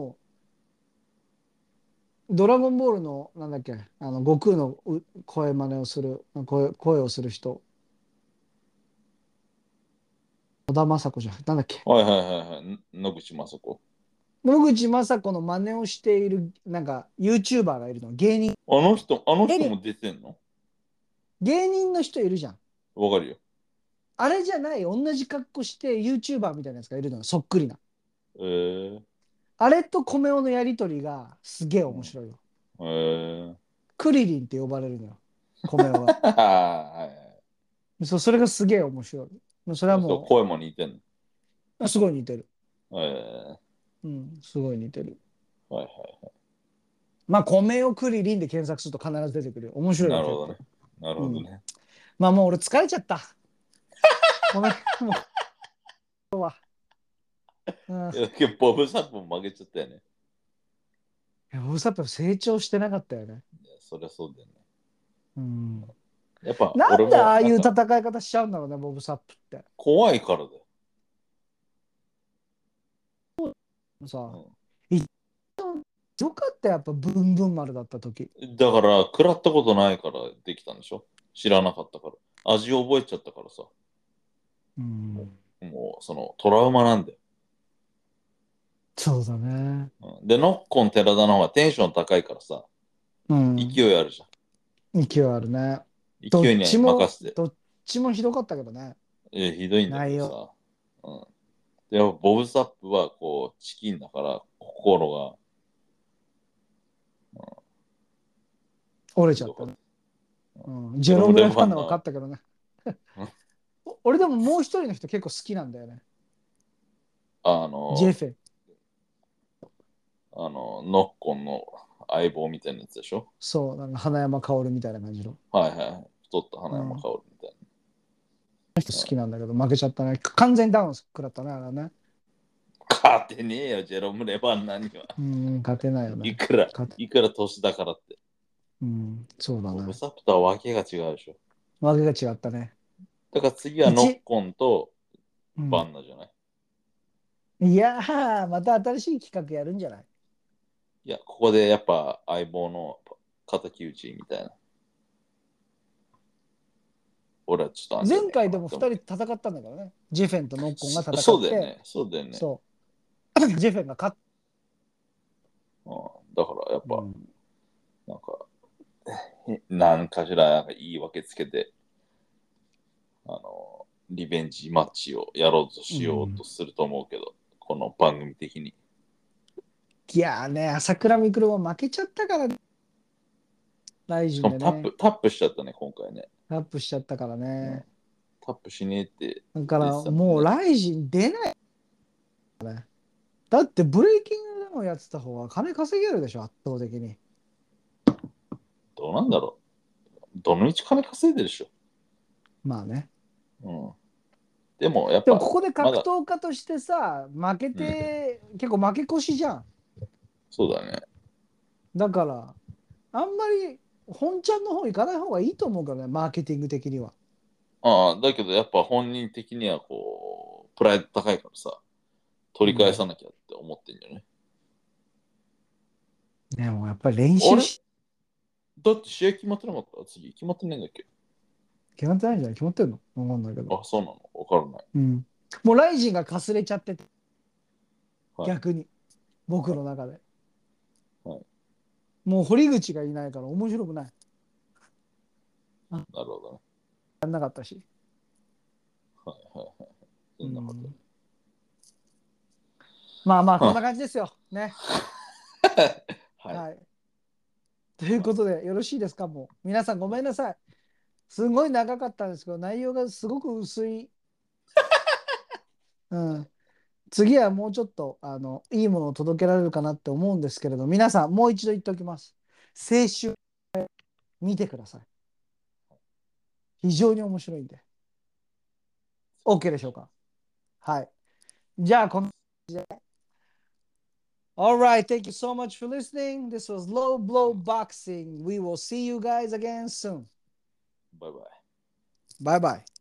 ドラゴンボールの、なんだっけ、悟空の声真似をする、声をする人、野田雅子じゃん。なんだっけ。 はいはいはいはい。野口雅子。 野口雅子の真似をしている、なんか、YouTuber がいるの。 あの人芸人、 も出てんの？ 芸人の人いるじゃん。 わかるよ。 あれじゃない、同じ格好して YouTuber みたいなやつがいるのよ。そっくりな。 えー、 あれと米尾のやりとりがすげえ面白いよ。クリリンって呼ばれるのよ。米尾が。 はい。 それがすげえ面白い。それはそう、 も声も似てんの。 う、すごい似てる。 えうん、すごい似てる。 はいはまあ、米をクリリンで検索すると必ず出てくるよ。面い。 白いよ、結構。 なるほどね。なるうん。 ほどね。 まあ、もう俺疲れちゃった。ごめん。もう、うん。いいや、結構ボブサップも負けちゃったよね。 や、ボブサップ成長してなかったよね。 いや、そりゃそうだよね。 うん。 やっぱ俺なんでああいうもなんか戦い方しちゃうんだろうね、ボブサップって。 怖いからだよ。 さ、 う一番よかったよ、やっぱブンブン丸だった時。 だから、食らったことないからできたんでしょ？知らなかったから。味を覚えちゃったからさ。 うん。 もう、そのトラウマなんだよ。 そうだね。 で、ノッコン寺田の方がテンション高いからさ、 うん。 勢いあるじゃ勢いあるね。 ん。 どっ勢いに任せて。 どっちもひどかったけどね。 ひどいんだけ内容。 どさ。うん。でも、ボブサップはこう、チキンだから、心が、 折れちゃったね。 ひどかった。 うん。ジェロジェロム・レムレファンの分かバンナは、 ったけどね。 うん俺でももう一人の人結構好きなんだよね。 あの、 ジェフェ。 ノッコンの相棒みたいなやつでしょ？ そう、なんか花山薫みたいな感じの。 はいはい。太った花山うん。 薫みたい人好きなんだけど負けちゃったね。完全ダウン食らったね、あれね。 な。勝てねえよ、ジェロム・レバンナには。 うん、勝てないよね。 いくら、 勝て、 いくら年だからって。 うん、そうだボブね。 サップとはわけが違うでしょ。 わけが違ったね。 だから次はノッ一、 コンとうん。 バンナじゃない？ いやー、また新しい企画やるんじゃない？ いや、ここでやっぱ相棒の敵討ちみたいな。俺はちょっとあんじゃねえか前回でもなって思うけ 2人戦ったんだからね。ジェフェンとノッコンがど。 戦って、 そうだよね。そうだよね。 そう。ジェフェンが勝っうん、だからやっぱ、 うん。 なんか、なんかしらなんか言い訳つけて、リベンジマッチをやろうとしよううん。 とすると思うけど、この番組的に。 いやーね、朝倉未来も負けちゃったからね。ライしかもジンでね。 タップしちゃったね、今回ね。 タップしちゃったからうん、 ね。 タップしねえってだか出らもうてたのにね。 ライジン出ない。だってブレイキングダウンやってた方が金稼げるでしょ、圧倒的に。 どうなんだろう。どの道金稼いでるでしょ。 まあね。 うん。でもやっぱ、 でもここでまだ、 格闘家としてさ、負けうん、 て、結構負け越しじゃん。 そうだね。 だから、あんまり本ちゃんの方行かない方がいいと思うからね、マーケティング的には。 ああ、だけどやっぱ本人的にはこう、プライド高いからさ、取り返うん。 さなきゃって思ってんじゃない？ でもやっぱり練あれ習し、 だって試合決まってなかった？次決まってないんだっけ？ 決まってないんじゃない？決まってんのわかんないけど。 あ、そうなの？わからない。 うん。もうライジンがかすれちゃってて、 はい。 逆に、僕はい。 の中で。 はい。 もう堀口がいないから面白くない。あ、 なるほどね。 やんなかったし。 はいはいはい。そんなことね。 うん。 まあまあ、こんな感じですよ。ね。 はい。 はい。ということで、よろしいですか、もう。皆さんごめんなさい。すごい長かったんですけど、内容がすごく薄い。うん。次はもうちょっと、いいものを届けられるかなって思うんですけれど、皆さん、もう一度言っておきます。青春、見てください。非常に面白いんで。OK でしょうか。はい。じゃあ、この。Alright, thank you so much for listening. This was Low Blow Boxing. We will see you guys again soon. バイバイ。 Bye bye.